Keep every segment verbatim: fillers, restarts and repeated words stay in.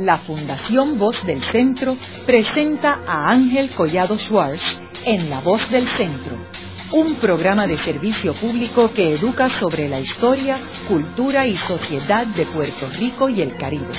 la Fundación Voz del Centro presenta a Ángel Collado Schwartz en La Voz del Centro, un programa de servicio público que educa sobre la historia, cultura y sociedad de Puerto Rico y el Caribe.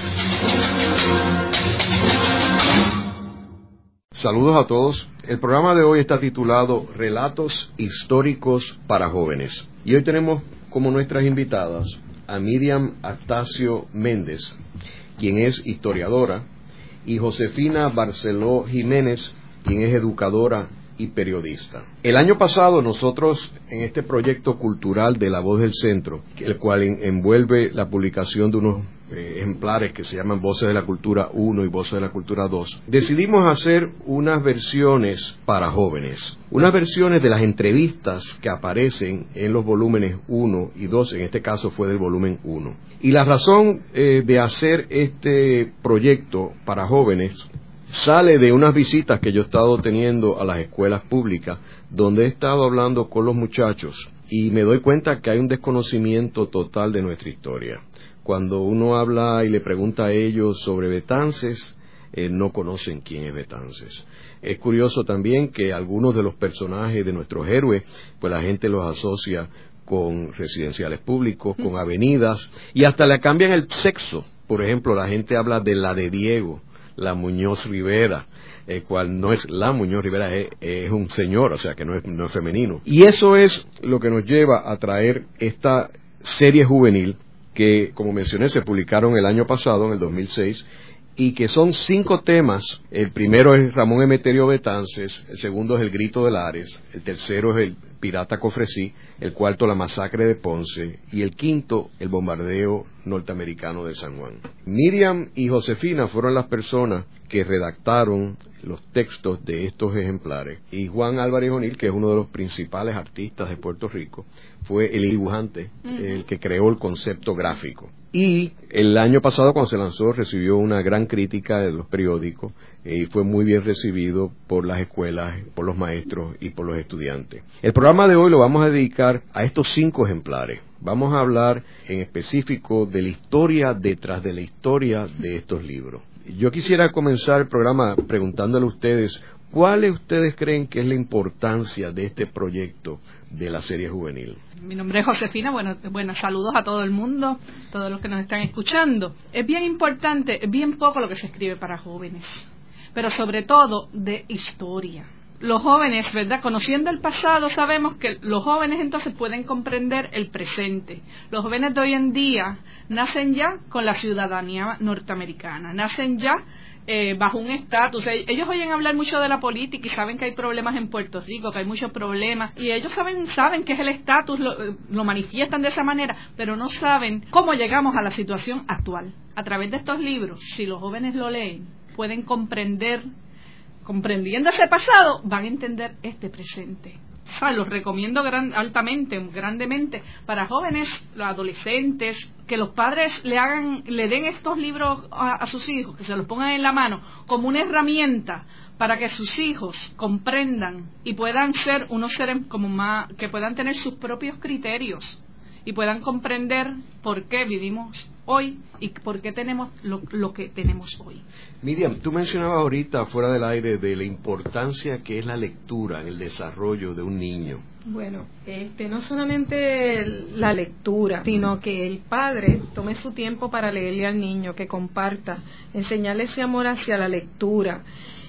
Saludos a todos. El programa de hoy está titulado Relatos Históricos para Jóvenes. Y hoy tenemos como nuestras invitadas a Miriam Astacio Méndez, quien es historiadora, y Josefina Barceló Jiménez, quien es educadora y periodista. El año pasado nosotros, en este proyecto cultural de La Voz del Centro, el cual en, envuelve la publicación de unos eh, ejemplares que se llaman Voces de la Cultura uno y Voces de la Cultura dos, decidimos hacer unas versiones para jóvenes, unas versiones de las entrevistas que aparecen en los volúmenes uno y dos, en este caso fue del volumen uno. Y la razón eh, de hacer este proyecto para jóvenes sale de unas visitas que yo he estado teniendo a las escuelas públicas, donde he estado hablando con los muchachos y me doy cuenta que hay un desconocimiento total de nuestra historia. Cuando uno habla y le pregunta a ellos sobre Betances, eh, no conocen quién es Betances. Es curioso también que algunos de los personajes de nuestros héroes, pues la gente los asocia con residenciales públicos, con avenidas, y hasta le cambian el sexo. Por ejemplo, la gente habla de la de Diego, la Muñoz Rivera, el cual no es la Muñoz Rivera, es, es un señor, o sea que no es, no es femenino. Y eso es lo que nos lleva a traer esta serie juvenil que, como mencioné, se publicaron el año pasado, en el dos mil seis, y que son cinco temas. El primero es Ramón Emeterio Betances, el segundo es El Grito de Lares, el tercero es El Pirata Cofresí, el cuarto La Masacre de Ponce y el quinto El Bombardeo Norteamericano de San Juan. Miriam y Josefina fueron las personas que redactaron los textos de estos ejemplares, y Juan Álvarez O'Neill, que es uno de los principales artistas de Puerto Rico, fue el dibujante, uh-huh. el que creó el concepto gráfico. Y el año pasado, cuando se lanzó, recibió una gran crítica de los periódicos eh, y fue muy bien recibido por las escuelas, por los maestros y por los estudiantes. El programa de hoy lo vamos a dedicar a estos cinco ejemplares. Vamos a hablar en específico de la historia detrás de la historia de estos libros. Yo quisiera comenzar el programa preguntándole a ustedes, ¿cuáles ustedes creen que es la importancia de este proyecto de la serie juvenil? Mi nombre es Josefina, bueno, bueno, saludos a todo el mundo, todos los que nos están escuchando. Es bien importante, es bien poco lo que se escribe para jóvenes, pero sobre todo de historia. Los jóvenes, ¿verdad? Conociendo el pasado, sabemos que los jóvenes entonces pueden comprender el presente. Los jóvenes de hoy en día nacen ya con la ciudadanía norteamericana, nacen ya eh, bajo un estatus. Ellos oyen hablar mucho de la política y saben que hay problemas en Puerto Rico, que hay muchos problemas, y ellos saben saben que es el estatus, lo, lo manifiestan de esa manera, pero no saben cómo llegamos a la situación actual. A través de estos libros, si los jóvenes lo leen, pueden comprender. Comprendiendo ese pasado, van a entender este presente. O sea, los recomiendo gran, altamente, grandemente, para jóvenes, los adolescentes, que los padres le hagan, le den estos libros a, a sus hijos, que se los pongan en la mano, como una herramienta para que sus hijos comprendan y puedan ser unos seres como más, que puedan tener sus propios criterios y puedan comprender por qué vivimos hoy y por qué tenemos lo, lo que tenemos hoy. Miriam, tú mencionabas ahorita fuera del aire de la importancia que es la lectura en el desarrollo de un niño. Bueno, este, no solamente la lectura, sino que el padre tome su tiempo para leerle al niño, que comparta, enseñarle ese amor hacia la lectura.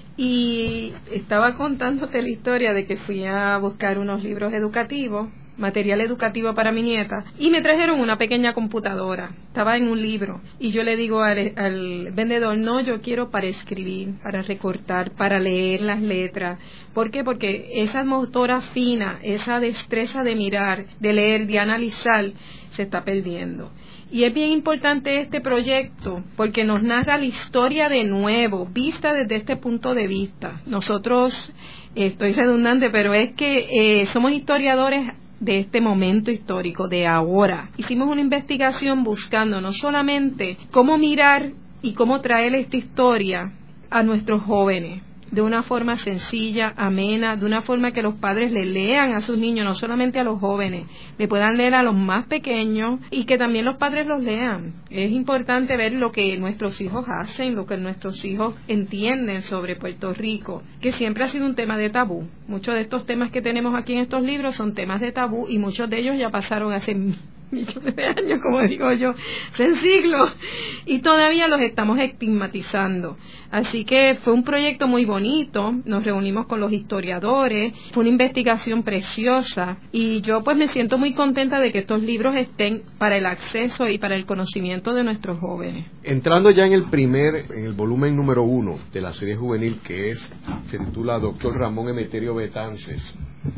Y estaba contándote la historia de que fui a buscar unos libros educativos, material educativo para mi nieta, y me trajeron una pequeña computadora. Estaba en un libro y yo le digo al, al vendedor, no, yo quiero para escribir, para recortar, para leer las letras. ¿Por qué? Porque esa motora fina, esa destreza de mirar, de leer, de analizar, se está perdiendo. Y es bien importante este proyecto porque nos narra la historia de nuevo, vista desde este punto de vista. Nosotros, eh, estoy redundante, pero es que eh, somos historiadores de este momento histórico, de ahora. Hicimos una investigación buscando no solamente cómo mirar y cómo traer esta historia a nuestros jóvenes, de una forma sencilla, amena, de una forma que los padres le lean a sus niños, no solamente a los jóvenes, le puedan leer a los más pequeños y que también los padres los lean. Es importante ver lo que nuestros hijos hacen, lo que nuestros hijos entienden sobre Puerto Rico, que siempre ha sido un tema de tabú. Muchos de estos temas que tenemos aquí en estos libros son temas de tabú y muchos de ellos ya pasaron hace millones de años, como digo yo, hace siglos, y todavía los estamos estigmatizando. Así que fue un proyecto muy bonito, nos reunimos con los historiadores, fue una investigación preciosa, y yo pues me siento muy contenta de que estos libros estén para el acceso y para el conocimiento de nuestros jóvenes. Entrando ya en el primer, en el volumen número uno de la serie juvenil, que es, se titula Doctor Ramón Emeterio Betances,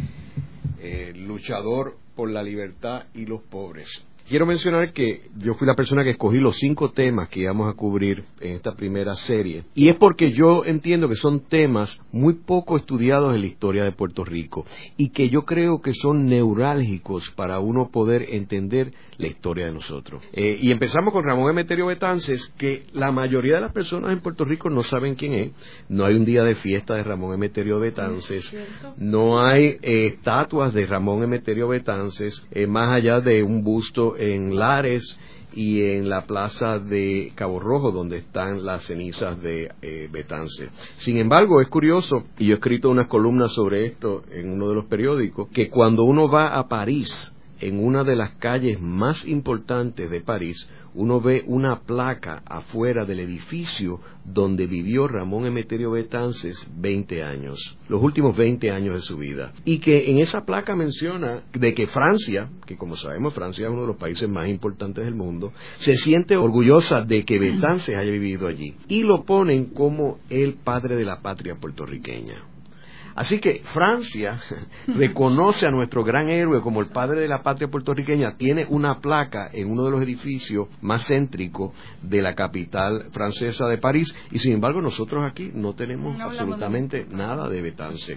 eh, luchador por la libertad y los pobres. Quiero mencionar que yo fui la persona que escogí los cinco temas que íbamos a cubrir en esta primera serie, y es porque yo entiendo que son temas muy poco estudiados en la historia de Puerto Rico y que yo creo que son neurálgicos para uno poder entender la historia de nosotros. Eh, y empezamos con Ramón Emeterio Betances, que la mayoría de las personas en Puerto Rico no saben quién es. No hay un día de fiesta de Ramón Emeterio Betances, no hay eh, estatuas de Ramón Emeterio Betances, eh, más allá de un busto en Lares y en la plaza de Cabo Rojo, donde están las cenizas de eh, Betances. Sin embargo, es curioso, y yo he escrito unas columnas sobre esto en uno de los periódicos, que cuando uno va a París, en una de las calles más importantes de París, uno ve una placa afuera del edificio donde vivió Ramón Emeterio Betances veinte años, los últimos veinte años de su vida, y que en esa placa menciona de que Francia, que como sabemos Francia es uno de los países más importantes del mundo, se siente orgullosa de que Betances haya vivido allí, y lo ponen como el padre de la patria puertorriqueña. Así que Francia reconoce a nuestro gran héroe como el padre de la patria puertorriqueña, tiene una placa en uno de los edificios más céntricos de la capital francesa de París, y sin embargo nosotros aquí no tenemos no absolutamente de... nada de Betances.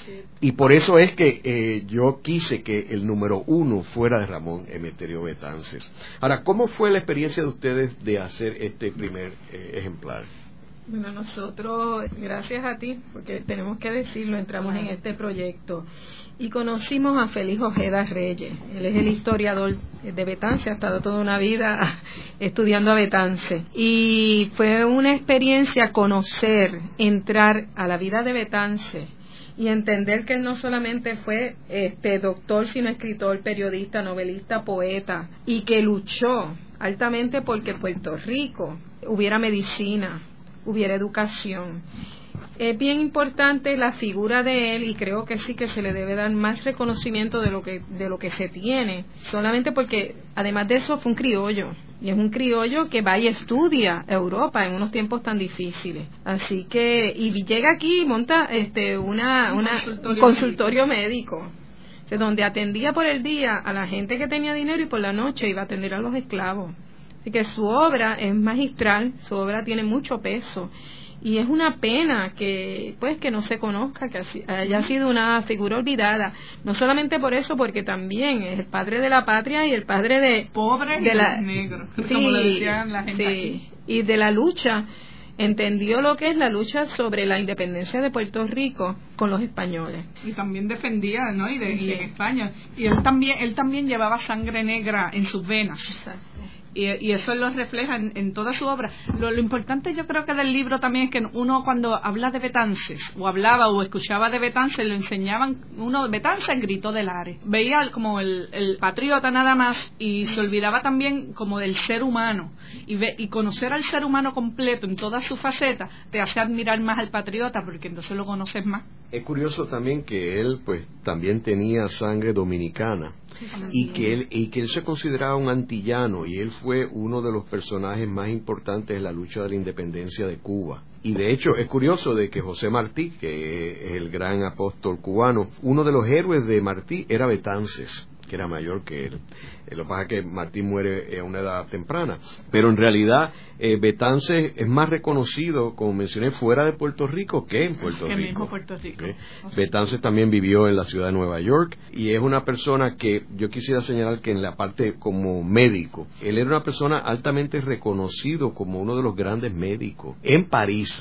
Y por eso es que eh, yo quise que el número uno fuera de Ramón Emeterio Betances. Ahora, ¿cómo fue la experiencia de ustedes de hacer este primer eh, ejemplar? Bueno, nosotros, gracias a ti, porque tenemos que decirlo, entramos en este proyecto y conocimos a Félix Ojeda Reyes. Él es el historiador de Betances, ha estado toda una vida estudiando a Betances, y fue una experiencia conocer, entrar a la vida de Betances y entender que él no solamente fue este doctor, sino escritor, periodista, novelista, poeta, y que luchó altamente porque en Puerto Rico hubiera medicina, hubiera educación. Es bien importante la figura de él, y creo que sí que se le debe dar más reconocimiento de lo que de lo que se tiene, solamente porque además de eso fue un criollo, y es un criollo que va y estudia Europa en unos tiempos tan difíciles. Así que, y llega aquí y monta este una, una un consultorio, un consultorio médico, médico, donde atendía por el día a la gente que tenía dinero y por la noche iba a atender a los esclavos. Así que su obra es magistral, su obra tiene mucho peso, y es una pena que pues que no se conozca, que haya sido una figura olvidada, no solamente por eso, porque también es el padre de la patria y el padre de pobres de y la, negros, sí, como lo decían la gente sí, aquí. Y de la lucha, entendió lo que es la lucha sobre la independencia de Puerto Rico con los españoles, y también defendía, ¿no? Y, de, sí. y en España, y él también él también llevaba sangre negra en sus venas. Exacto. Y, y eso lo refleja en, en toda su obra. Lo, lo importante yo creo que del libro también es que uno cuando habla de Betances, o hablaba o escuchaba de Betances, lo enseñaban, uno, Betances gritó de Lares, veía como el, el patriota nada más, y se olvidaba también como del ser humano, y, ve, y conocer al ser humano completo en todas sus facetas te hace admirar más al patriota, porque entonces lo conoces más. Es curioso también que él pues también tenía sangre dominicana, y que él y que él se consideraba un antillano, y él fue uno de los personajes más importantes en la lucha de la independencia de Cuba. Y de hecho es curioso de que José Martí, que es el gran apóstol cubano, uno de los héroes de Martí era Betances, que era mayor que él. Eh, lo que pasa es que Martí muere a una edad temprana, pero en realidad eh, Betances es más reconocido, como mencioné, fuera de Puerto Rico que en Puerto que Rico. Mismo Puerto Rico. ¿Okay? Betances también vivió en la ciudad de Nueva York, y es una persona que yo quisiera señalar que en la parte como médico, él era una persona altamente reconocido como uno de los grandes médicos en París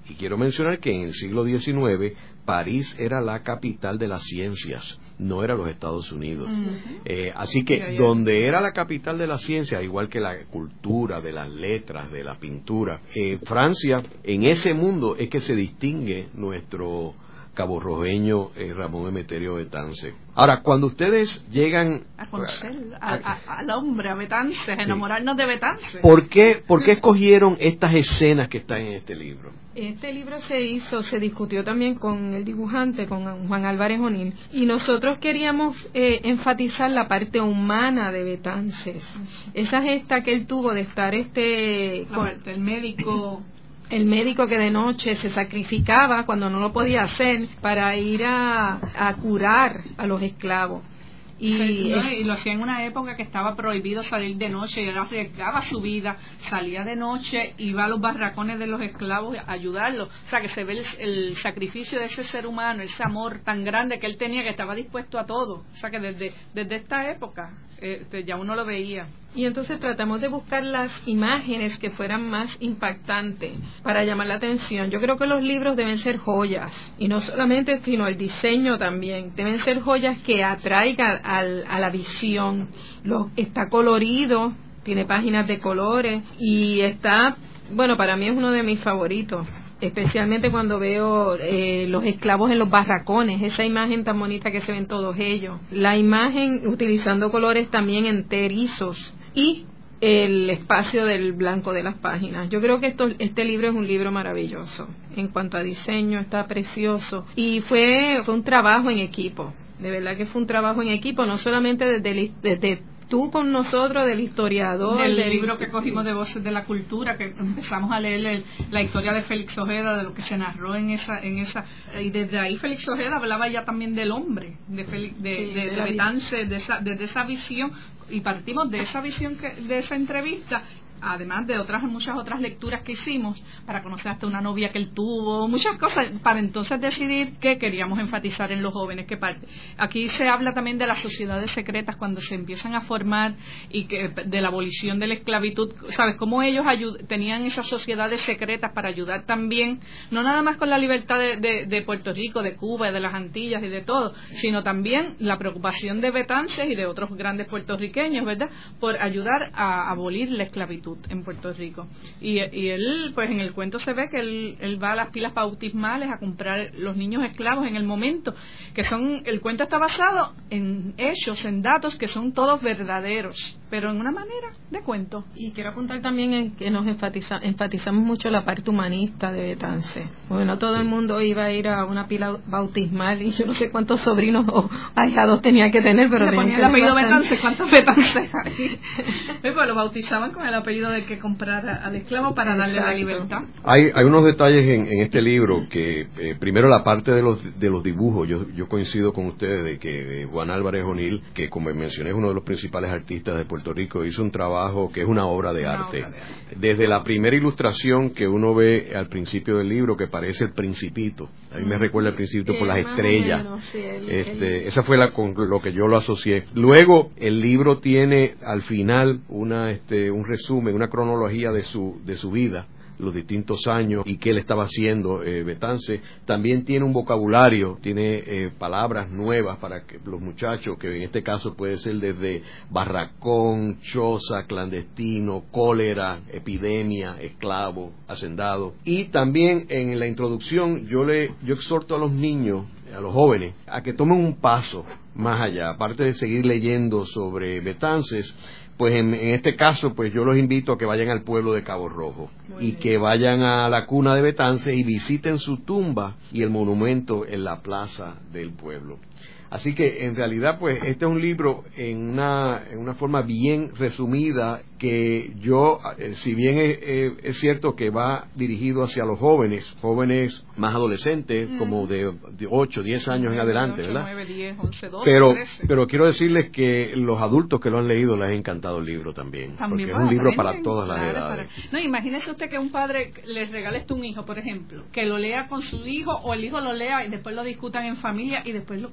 Y quiero mencionar que en el siglo diecinueve París era la capital de las ciencias, no era los Estados Unidos. Uh-huh. eh, así que yeah, yeah. donde era la capital de la ciencia, igual que la cultura, de las letras, de la pintura, eh, Francia, en ese mundo es que se distingue nuestro caborrojeño eh, Ramón Emeterio Betance. Ahora, cuando ustedes llegan a conocer a, a, a, al hombre, a Betance, a enamorarnos sí. de Betance. ¿Por qué, ¿Por qué escogieron estas escenas que están en este libro? Este libro se hizo, se discutió también con el dibujante, con Juan Álvarez O'Neill, y nosotros queríamos eh, enfatizar la parte humana de Betances. Esa gesta que él tuvo de estar este con el médico el médico que de noche se sacrificaba cuando no lo podía hacer para ir a, a curar a los esclavos. Y, sí, no, y lo hacía en una época que estaba prohibido salir de noche, y él arriesgaba su vida, salía de noche, iba a los barracones de los esclavos a ayudarlos. O sea, que se ve el, el sacrificio de ese ser humano, ese amor tan grande que él tenía, que estaba dispuesto a todo. O sea, que desde, desde esta época eh, ya uno lo veía. Y entonces tratamos de buscar las imágenes que fueran más impactantes para llamar la atención. Yo creo que los libros deben ser joyas, y no solamente, sino el diseño también. Deben ser joyas que atraigan al, a la visión. Lo, está colorido, tiene páginas de colores, y está, bueno, para mí es uno de mis favoritos. Especialmente cuando veo eh, los esclavos en los barracones, esa imagen tan bonita que se ven todos ellos. La imagen utilizando colores también enterizos, y el espacio del blanco de las páginas. Yo creo que esto, este libro es un libro maravilloso. En cuanto a diseño, está precioso. Y fue, fue un trabajo en equipo. De verdad que fue un trabajo en equipo, no solamente desde, desde tú con nosotros, del historiador, del, del libro que cogimos de Voces de la Cultura, que empezamos a leer el, la historia de Félix Ojeda, de lo que se narró en esa en esa y desde ahí Félix Ojeda hablaba ya también del hombre, de Félix, de, sí, de, de, de Betance, de esa, desde esa visión, y partimos de esa visión que, de esa entrevista, además de otras muchas otras lecturas que hicimos para conocer hasta una novia que él tuvo, muchas cosas, para entonces decidir qué queríamos enfatizar en los jóvenes. Que parte. Aquí se habla también de las sociedades secretas cuando se empiezan a formar, y que de la abolición de la esclavitud, sabes cómo ellos ayud- tenían esas sociedades secretas para ayudar también, no nada más con la libertad de, de, de Puerto Rico, de Cuba, de las Antillas y de todo, sino también la preocupación de Betances y de otros grandes puertorriqueños, ¿verdad?, por ayudar a abolir la esclavitud en Puerto Rico. Y, y él, pues en el cuento se ve que él, él va a las pilas bautismales a comprar los niños esclavos en el momento, que son, el cuento está basado en hechos, en datos que son todos verdaderos, pero en una manera de cuento. Y quiero apuntar también en que nos enfatiza, enfatizamos mucho la parte humanista de Betance. Bueno, todo el mundo iba a ir a una pila bautismal, y yo no sé cuántos sobrinos o ahijados tenía que tener, pero le ponía el apellido Betance, ¿cuántos Betance hay? Pues lo bautizaban con el apellido de que comprara al esclavo para darle Exacto. la libertad. Hay, hay unos detalles en, en este libro que, eh, primero, la parte de los de los dibujos. Yo, yo coincido con ustedes de que eh, Juan Álvarez O'Neill, que como mencioné es uno de los principales artistas de Puerto Rico, hizo un trabajo que es una obra de, una arte. Obra de arte. Desde la primera ilustración que uno ve al principio del libro, que parece el Principito. A mí me recuerda el Principito por las estrellas. Menos, sí, el, este, el... Esa fue la con lo que yo lo asocié. Luego, el libro tiene al final una este un resumen, una cronología de su de su vida, los distintos años y qué él estaba haciendo. eh, Betance también tiene un vocabulario, tiene eh, palabras nuevas para que los muchachos, que en este caso puede ser desde barracón, choza, clandestino, cólera, epidemia, esclavo, hacendado. Y también en la introducción yo le yo exhorto a los niños, a los jóvenes, a que tomen un paso más allá, aparte de seguir leyendo sobre Betances. Pues en, en este caso, pues yo los invito a que vayan al pueblo de Cabo Rojo Muy y bien. que vayan a la cuna de Betance y visiten su tumba y el monumento en la plaza del pueblo. Así que en realidad, pues este es un libro en una, en una forma bien resumida, que yo, eh, si bien es, eh, es cierto que va dirigido hacia los jóvenes, jóvenes más adolescentes, mm. como de, de ocho, diez años en adelante, ¿verdad? nueve, diez, once, doce, pero, trece. pero quiero decirles que los adultos que lo han leído les ha encantado el libro también, también porque es un libro aprenden, para todas las claro, edades. Para... No, imagínese usted que un padre les regale esto a un hijo, por ejemplo, que lo lea con su hijo, o el hijo lo lea y después lo discutan en familia, y después, lo, como usted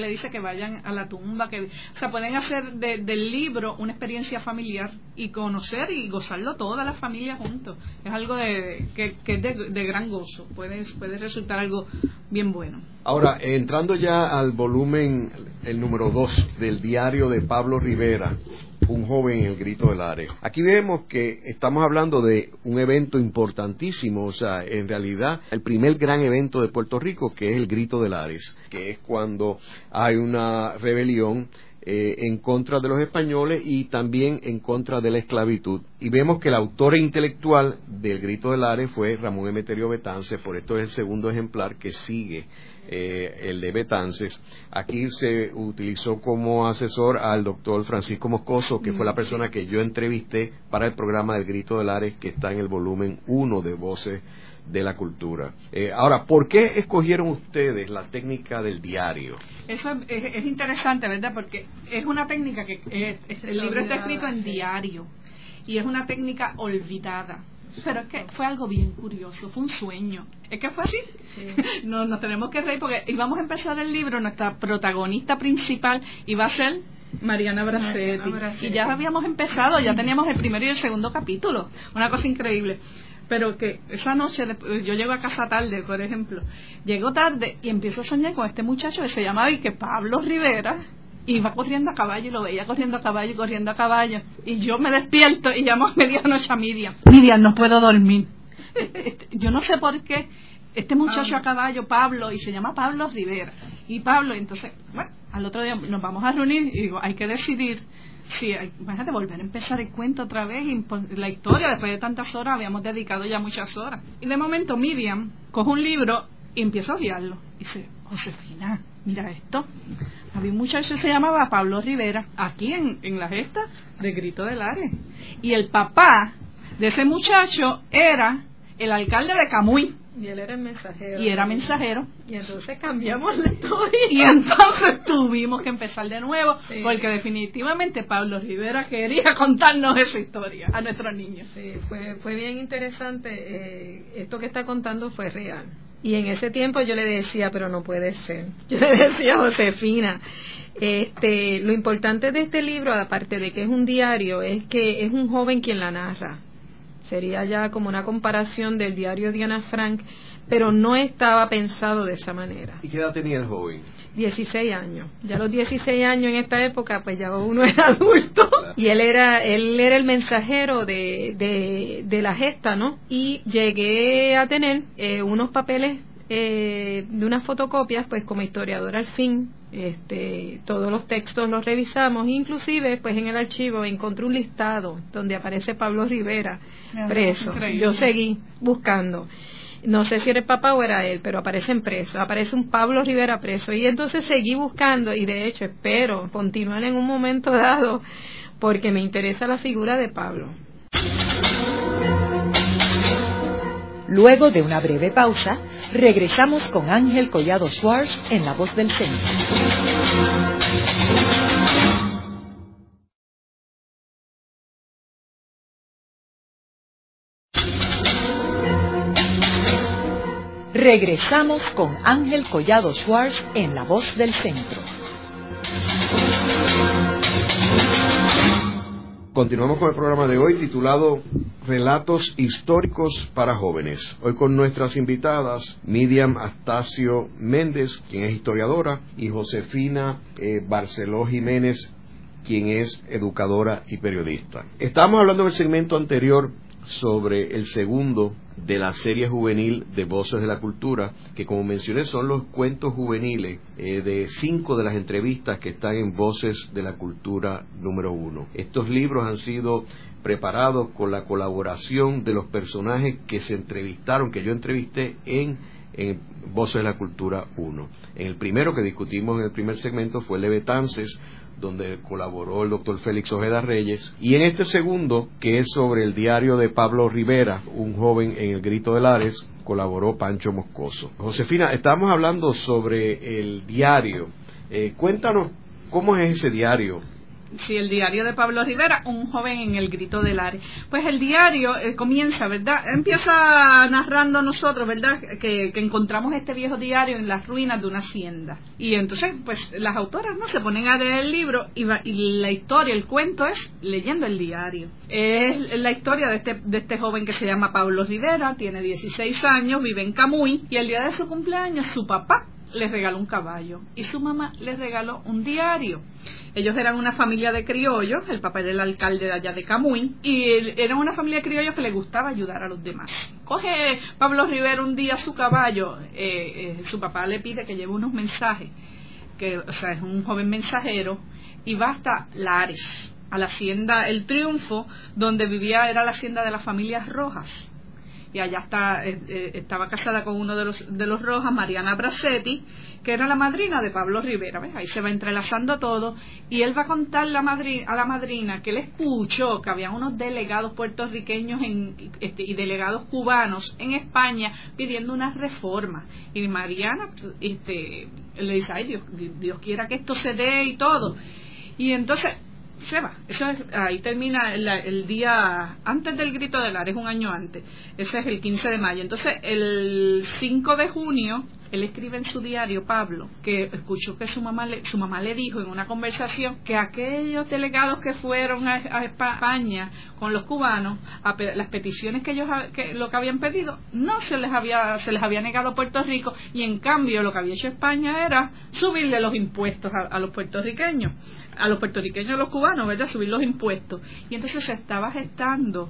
le dice que vayan a la tumba, que, o sea, pueden hacer de, del libro una experiencia familiar y conocer y gozarlo toda la familia juntos. Es algo de, que, que es de, de gran gozo, puede, puede resultar algo bien bueno. Ahora, entrando ya al volumen, el número dos del diario de Pablo Rivera, un joven en el Grito del Ares. Aquí vemos que estamos hablando de un evento importantísimo, o sea, en realidad el primer gran evento de Puerto Rico, que es el Grito del Ares, que es cuando hay una rebelión eh, en contra de los españoles y también en contra de la esclavitud. Y vemos que el autor intelectual del Grito del Ares fue Ramón Emeterio Betances, por esto es el segundo ejemplar que sigue Eh, el de Betances. Aquí se utilizó como asesor al doctor Francisco Moscoso, que fue la persona que yo entrevisté para el programa del Grito del Ares, que está en el volumen uno de Voces de la Cultura. Eh, ahora, ¿por qué escogieron ustedes la técnica del diario? Eso es, es, es interesante, ¿verdad? Porque es una técnica que es, es, el libro está escrito en diario y es una técnica olvidada. Pero es que fue algo bien curioso, fue un sueño. Es que fue así. Sí. No, nos tenemos que reír porque íbamos a empezar el libro, nuestra protagonista principal iba a ser Mariana Bracetti. Mariana Bracetti. Y ya habíamos empezado, ya teníamos el primero y el segundo capítulo. Una cosa increíble. Pero que esa noche, yo llego a casa tarde, por ejemplo, llego tarde y empiezo a soñar con este muchacho que se llamaba y que Pablo Rivera. Iba corriendo a caballo y lo veía corriendo a caballo y corriendo a caballo. Y yo me despierto y llamo a medianoche a Miriam. Miriam, no puedo dormir. Yo no sé por qué este muchacho a caballo, Pablo, y se llama Pablo Rivera. Y Pablo, entonces, bueno, al otro día nos vamos a reunir y digo, hay que decidir si, hay, imagínate, volver a empezar el cuento otra vez, y la historia, después de tantas horas, habíamos dedicado ya muchas horas. Y de momento Miriam coge un libro y empieza a odiarlo. Y dice, Josefina, mira esto. Había un muchacho que se llamaba Pablo Rivera, aquí en, en la gesta de Grito del Ares. Y el papá de ese muchacho era el alcalde de Camuy. Y él era el mensajero. Y era mensajero. Y entonces cambiamos la historia. Y entonces tuvimos que empezar de nuevo, sí. Porque definitivamente Pablo Rivera quería contarnos esa historia a nuestros niños. Sí, fue, fue bien interesante. Eh, esto que está contando fue real. Y en ese tiempo yo le decía, pero no puede ser. Yo le decía a Josefina, este, lo importante de este libro, aparte de que es un diario, es que es un joven quien la narra. Sería ya como una comparación del diario de Ana Frank, pero no estaba pensado de esa manera. ¿Y qué edad tenía el joven? dieciséis años. Ya a los dieciséis años en esta época, pues ya uno era adulto. Y él era él era el mensajero de, de, de la gesta, ¿no? Y llegué a tener eh, unos papeles eh, de unas fotocopias, pues como historiadora al fin. Este, todos los textos los revisamos, inclusive pues en el archivo encontré un listado donde aparece Pablo Rivera preso. Yo seguí buscando, no sé si era el papá o era él, pero aparecen presos, aparece un Pablo Rivera preso, y entonces seguí buscando, y de hecho espero continuar en un momento dado porque me interesa la figura de Pablo. Luego de una breve pausa, regresamos con Ángel Collado Schwartz en La Voz del Centro. Regresamos con Ángel Collado Schwartz en La Voz del Centro. Continuamos con el programa de hoy titulado Relatos históricos para jóvenes. Hoy con nuestras invitadas Miriam Astacio Méndez, quien es historiadora, y Josefina eh, Barceló Jiménez, quien es educadora y periodista. Estábamos hablando en el segmento anterior sobre el segundo de la serie juvenil de Voces de la Cultura, que como mencioné son los cuentos juveniles eh, de cinco de las entrevistas que están en Voces de la Cultura número uno. Estos libros han sido preparados con la colaboración de los personajes que se entrevistaron, que yo entrevisté en, en Voces de la Cultura uno. En el primero que discutimos en el primer segmento fue el de Betances, donde colaboró el doctor Félix Ojeda Reyes, y en este segundo, que es sobre el diario de Pablo Rivera, un joven en el Grito del Ares, colaboró Pancho Moscoso. Josefina, estábamos hablando sobre el diario. Eh, cuéntanos cómo es ese diario Sí, el diario de Pablo Rivera, un joven en el grito del Ares. Pues el diario eh, comienza, ¿verdad? Empieza narrando nosotros, ¿verdad? Que, que encontramos este viejo diario en las ruinas de una hacienda. Y entonces, pues las autoras, ¿no? Se ponen a leer el libro y, va, y la historia, el cuento es leyendo el diario. Es la historia de este, de este joven que se llama Pablo Rivera, tiene dieciséis años, vive en Camuy, y el día de su cumpleaños su papá les regaló un caballo y su mamá les regaló un diario. Ellos eran una familia de criollos, el papá era el alcalde de allá de Camuy, y eran una familia de criollos que les gustaba ayudar a los demás. Coge Pablo Rivera un día su caballo, eh, eh, su papá le pide que lleve unos mensajes, que, o sea, es un joven mensajero, y va hasta Lares, a la hacienda El Triunfo, donde vivía, era la hacienda de las familias Rojas. Y allá está, eh, estaba casada con uno de los, de los Rojas, Mariana Bracetti, que era la madrina de Pablo Rivera. ¿Ves? Ahí se va entrelazando todo, y él va a contar la madri, a la madrina que él escuchó que había unos delegados puertorriqueños en, este, y delegados cubanos en España pidiendo una reforma. Y Mariana este, le dice, ay, Dios, Dios quiera que esto se dé y todo. Y entonces se va, eso es, ahí termina el, el día antes del grito del Ares, un año antes, ese es el quince de mayo. Entonces el cinco de junio él escribe en su diario, Pablo, que escuchó que su mamá le, su mamá le dijo en una conversación que aquellos delegados que fueron a, a España con los cubanos, a pe, las peticiones que ellos que, lo que habían pedido no se les había se les había negado a Puerto Rico, y en cambio lo que había hecho España era subirle los impuestos a, a los puertorriqueños a los puertorriqueños y a los cubanos, ¿verdad? Subir los impuestos. Y entonces se estaba gestando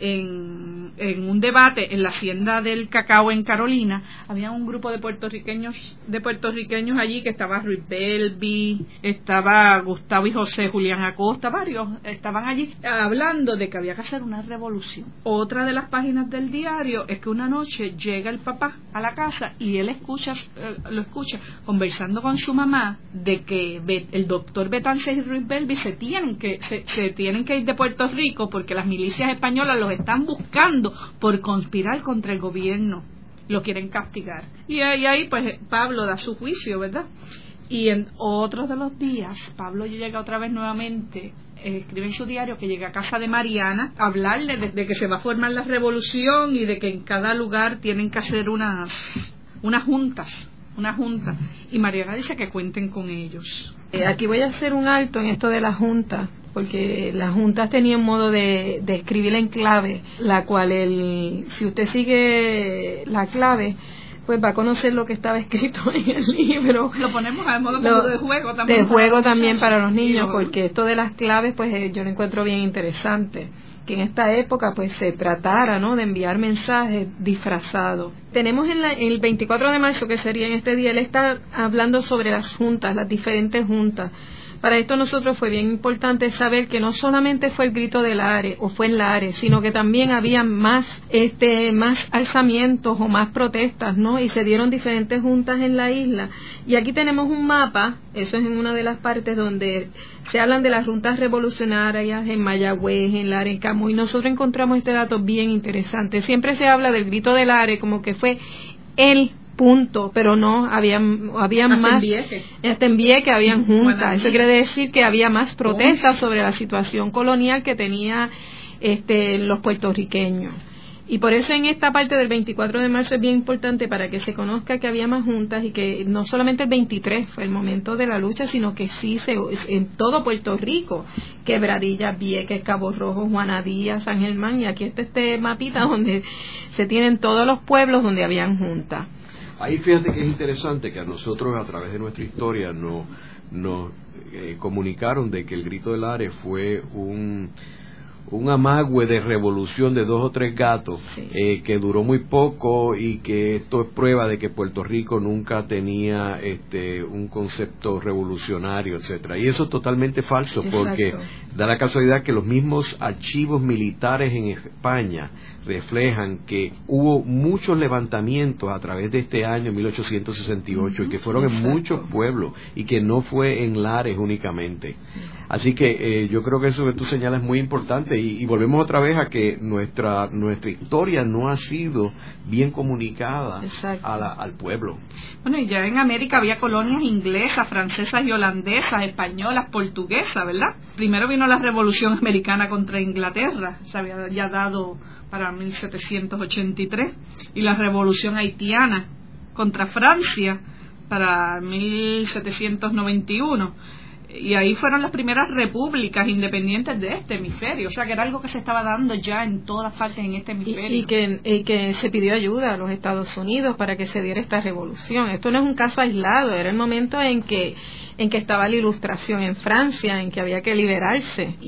en, en un debate en la hacienda del cacao en Carolina. Había un grupo de puertorriqueños de puertorriqueños allí, que estaba Ruiz Belvi, estaba Gustavo y José Julián Acosta, varios estaban allí hablando de que había que hacer una revolución. Otra de las páginas del diario es que una noche llega el papá a la casa y él escucha eh, lo escucha conversando con su mamá de que el doctor Betances y Ruiz Belvi se tienen que se, se tienen que ir de Puerto Rico porque las milicias españolas los están buscando por conspirar contra el gobierno, lo quieren castigar. Y ahí, ahí pues Pablo da su juicio, ¿verdad? Y en otros de los días Pablo llega otra vez nuevamente, eh, escribe en su diario que llega a casa de Mariana a hablarle de, de que se va a formar la revolución y de que en cada lugar tienen que hacer unas unas juntas una junta, y Mariana dice que cuenten con ellos. Eh, aquí voy a hacer un alto en esto de las juntas, porque las juntas tenían modo de, de escribir en clave, la cual el, si usted sigue la clave, pues va a conocer lo que estaba escrito en el libro. Lo ponemos a modo lo, de juego también. De juego también para los niños, porque esto de las claves, pues eh, yo lo encuentro bien interesante, que en esta época pues se tratara, ¿no?, de enviar mensajes disfrazados. Tenemos en, la, en el veinticuatro de marzo, que sería en este día, él está hablando sobre las juntas, las diferentes juntas. Para esto nosotros fue bien importante saber que no solamente fue el grito del Ares o fue en Lares, sino que también había más este más alzamientos o más protestas, ¿no? Y se dieron diferentes juntas en la isla. Y aquí tenemos un mapa, eso es en una de las partes donde se hablan de las juntas revolucionarias en Mayagüez, en Lares, en Camuy. Nosotros encontramos este dato bien interesante. Siempre se habla del grito del Ares como que fue el punto, pero no, había, había hasta más, en Vieques. hasta en Vieques habían juntas. Bueno, eso quiere decir que había más protestas sobre la situación colonial que tenía este, los puertorriqueños. Y por eso en esta parte del veinticuatro de marzo es bien importante para que se conozca que había más juntas, y que no solamente el veintitrés fue el momento de la lucha, sino que sí se, en todo Puerto Rico, Quebradillas, Vieques, Cabo Rojo, Juana Díaz, San Germán, y aquí está este mapita donde se tienen todos los pueblos donde habían juntas. Ahí fíjate que es interesante que a nosotros, a través de nuestra historia, nos, nos eh, comunicaron de que el grito del Ares fue un un amagüe de revolución de dos o tres gatos, sí. eh, que duró muy poco, y que esto es prueba de que Puerto Rico nunca tenía este un concepto revolucionario, etcétera. Y eso es totalmente falso. Exacto. Porque da la casualidad que los mismos archivos militares en España reflejan que hubo muchos levantamientos a través de este año mil ochocientos sesenta y ocho, uh-huh. y que fueron Exacto. en muchos pueblos, y que no fue en Lares únicamente. Así que eh, yo creo que eso que tú señalas es muy importante y, y volvemos otra vez a que nuestra nuestra historia no ha sido bien comunicada a la, al pueblo. Bueno, y ya en América había colonias inglesas, francesas y holandesas, españolas, portuguesas, ¿verdad? Primero vino la Revolución Americana contra Inglaterra, se había ya dado para mil setecientos ochenta y tres, y la Revolución Haitiana contra Francia para mil setecientos noventa y uno. Y ahí fueron las primeras repúblicas independientes de este hemisferio, o sea que era algo que se estaba dando ya en todas partes en este hemisferio. Y, y, que, y que se pidió ayuda a los Estados Unidos para que se diera esta revolución. Esto no es un caso aislado, era el momento en que en que estaba la Ilustración en Francia, en que había que liberarse.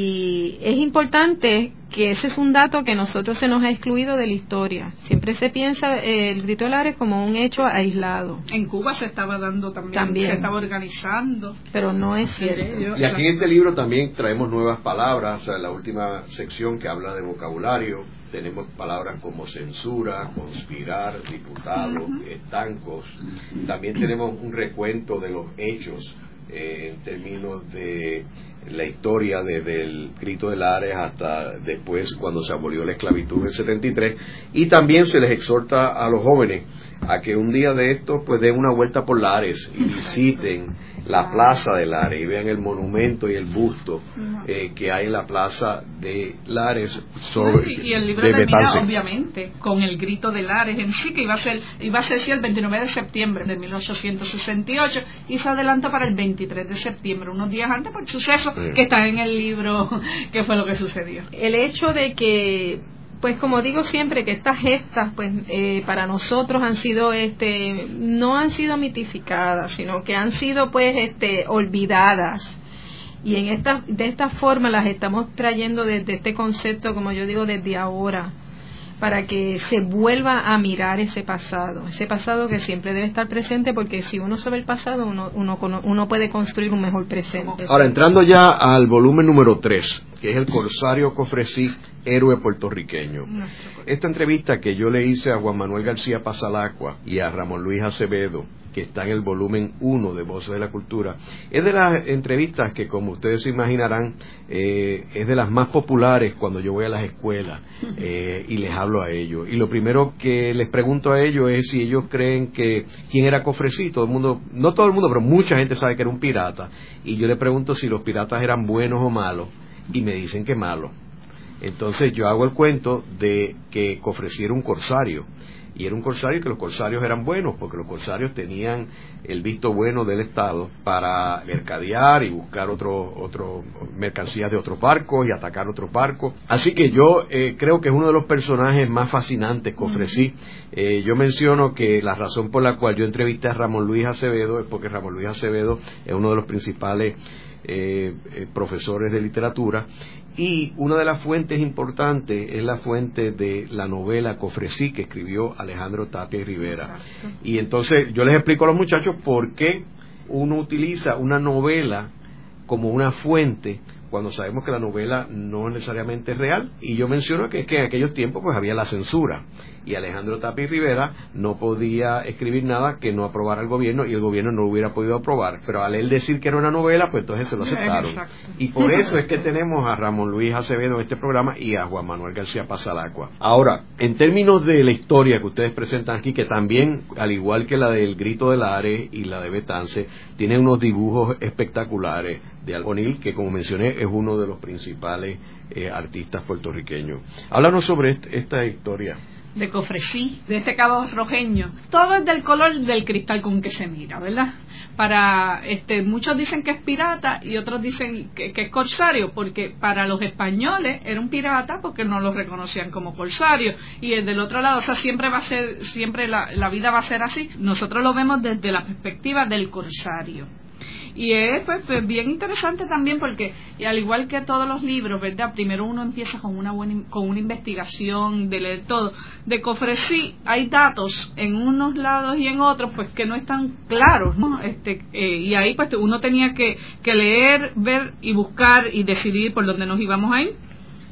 Y es importante que ese es un dato que nosotros se nos ha excluido de la historia. Siempre se piensa eh, el Grito de Lares como un hecho aislado. En Cuba se estaba dando también, también. se estaba organizando. Pero no es cierto. Y aquí en este libro también traemos nuevas palabras, o sea, en la última sección que habla de vocabulario, tenemos palabras como censura, conspirar, diputado, uh-huh. estancos. También tenemos un recuento de los hechos eh, en términos de la historia desde el Grito de Lares hasta después cuando se abolió la esclavitud en el setenta y tres, y también se les exhorta a los jóvenes a que un día de estos pues den una vuelta por Lares y visiten la plaza de Lares y vean el monumento y el busto eh, que hay en la plaza de Lares sobre y, y el libro termina obviamente con el Grito de Lares en sí, que iba a ser iba a ser sí, el veintinueve de septiembre de mil ochocientos sesenta y ocho, y se adelantó para el veintitrés de septiembre, unos días antes, por el suceso sí. que está en el libro que fue lo que sucedió. El hecho de que, pues como digo siempre, que estas gestas pues eh, para nosotros han sido este no han sido mitificadas, sino que han sido pues este olvidadas, y en esta de esta forma las estamos trayendo desde este concepto, como yo digo, desde ahora, para que se vuelva a mirar ese pasado, ese pasado que siempre debe estar presente, porque si uno sabe el pasado, uno, uno, uno puede construir un mejor presente. Ahora, entrando ya al volumen número tres, que es el Corsario Cofresí, héroe puertorriqueño. Esta entrevista que yo le hice a Juan Manuel García Pasalacua y a Ramón Luis Acevedo, que está en el volumen uno de Voces de la Cultura, es de las entrevistas que, como ustedes se imaginarán, eh, es de las más populares cuando yo voy a las escuelas eh, y les hablo a ellos. Y lo primero que les pregunto a ellos es si ellos creen que quién era Cofresí. Todo el mundo, no todo el mundo, pero mucha gente sabe que era un pirata. Y yo le pregunto si los piratas eran buenos o malos, y me dicen que malos. Entonces yo hago el cuento de que Cofresí era un corsario, y era un corsario que los corsarios eran buenos, porque los corsarios tenían el visto bueno del Estado para mercadear y buscar otro, otro mercancías de otros barcos y atacar otros barcos. Así que yo eh, creo que es uno de los personajes más fascinantes, Cofresí. Eh, yo menciono que la razón por la cual yo entrevisté a Ramón Luis Acevedo es porque Ramón Luis Acevedo es uno de los principales Eh, eh, profesores de literatura, y una de las fuentes importantes es la fuente de la novela Cofresí, que escribió Alejandro Tapia y Rivera. Exacto. Y entonces yo les explico a los muchachos por qué uno utiliza una novela como una fuente cuando sabemos que la novela no necesariamente es real. Y yo menciono que es que en aquellos tiempos pues había la censura, y Alejandro Tapia y Rivera no podía escribir nada que no aprobara el gobierno, y el gobierno no lo hubiera podido aprobar, pero al él decir que era una novela, pues entonces se lo aceptaron. Exacto. Y por eso es que tenemos a Ramón Luis Acevedo en este programa y a Juan Manuel García Pasalacua. Ahora, en términos de la historia que ustedes presentan aquí, que también, al igual que la del Grito de Lares y la de Betance, tiene unos dibujos espectaculares de Albonil, que como mencioné es uno de los principales eh, artistas puertorriqueños. Háblanos sobre este, esta historia de Cofresí, de este cabo rojeño. Todo es del color del cristal con que se mira, ¿verdad? Para este muchos dicen que es pirata y otros dicen que, que es corsario, porque para los españoles era un pirata porque no lo reconocían como corsario, y del otro lado, o sea, siempre va a ser, siempre la, la vida va a ser así. Nosotros lo vemos desde la perspectiva del corsario. Y es pues, pues bien interesante también, porque y al igual que todos los libros, ¿verdad? Primero uno empieza con una buena con una investigación de leer todo. De Cofresí hay datos en unos lados y en otros pues que no están claros, ¿no? Este eh, y ahí pues uno tenía que, que leer, ver y buscar y decidir por dónde nos íbamos a ir.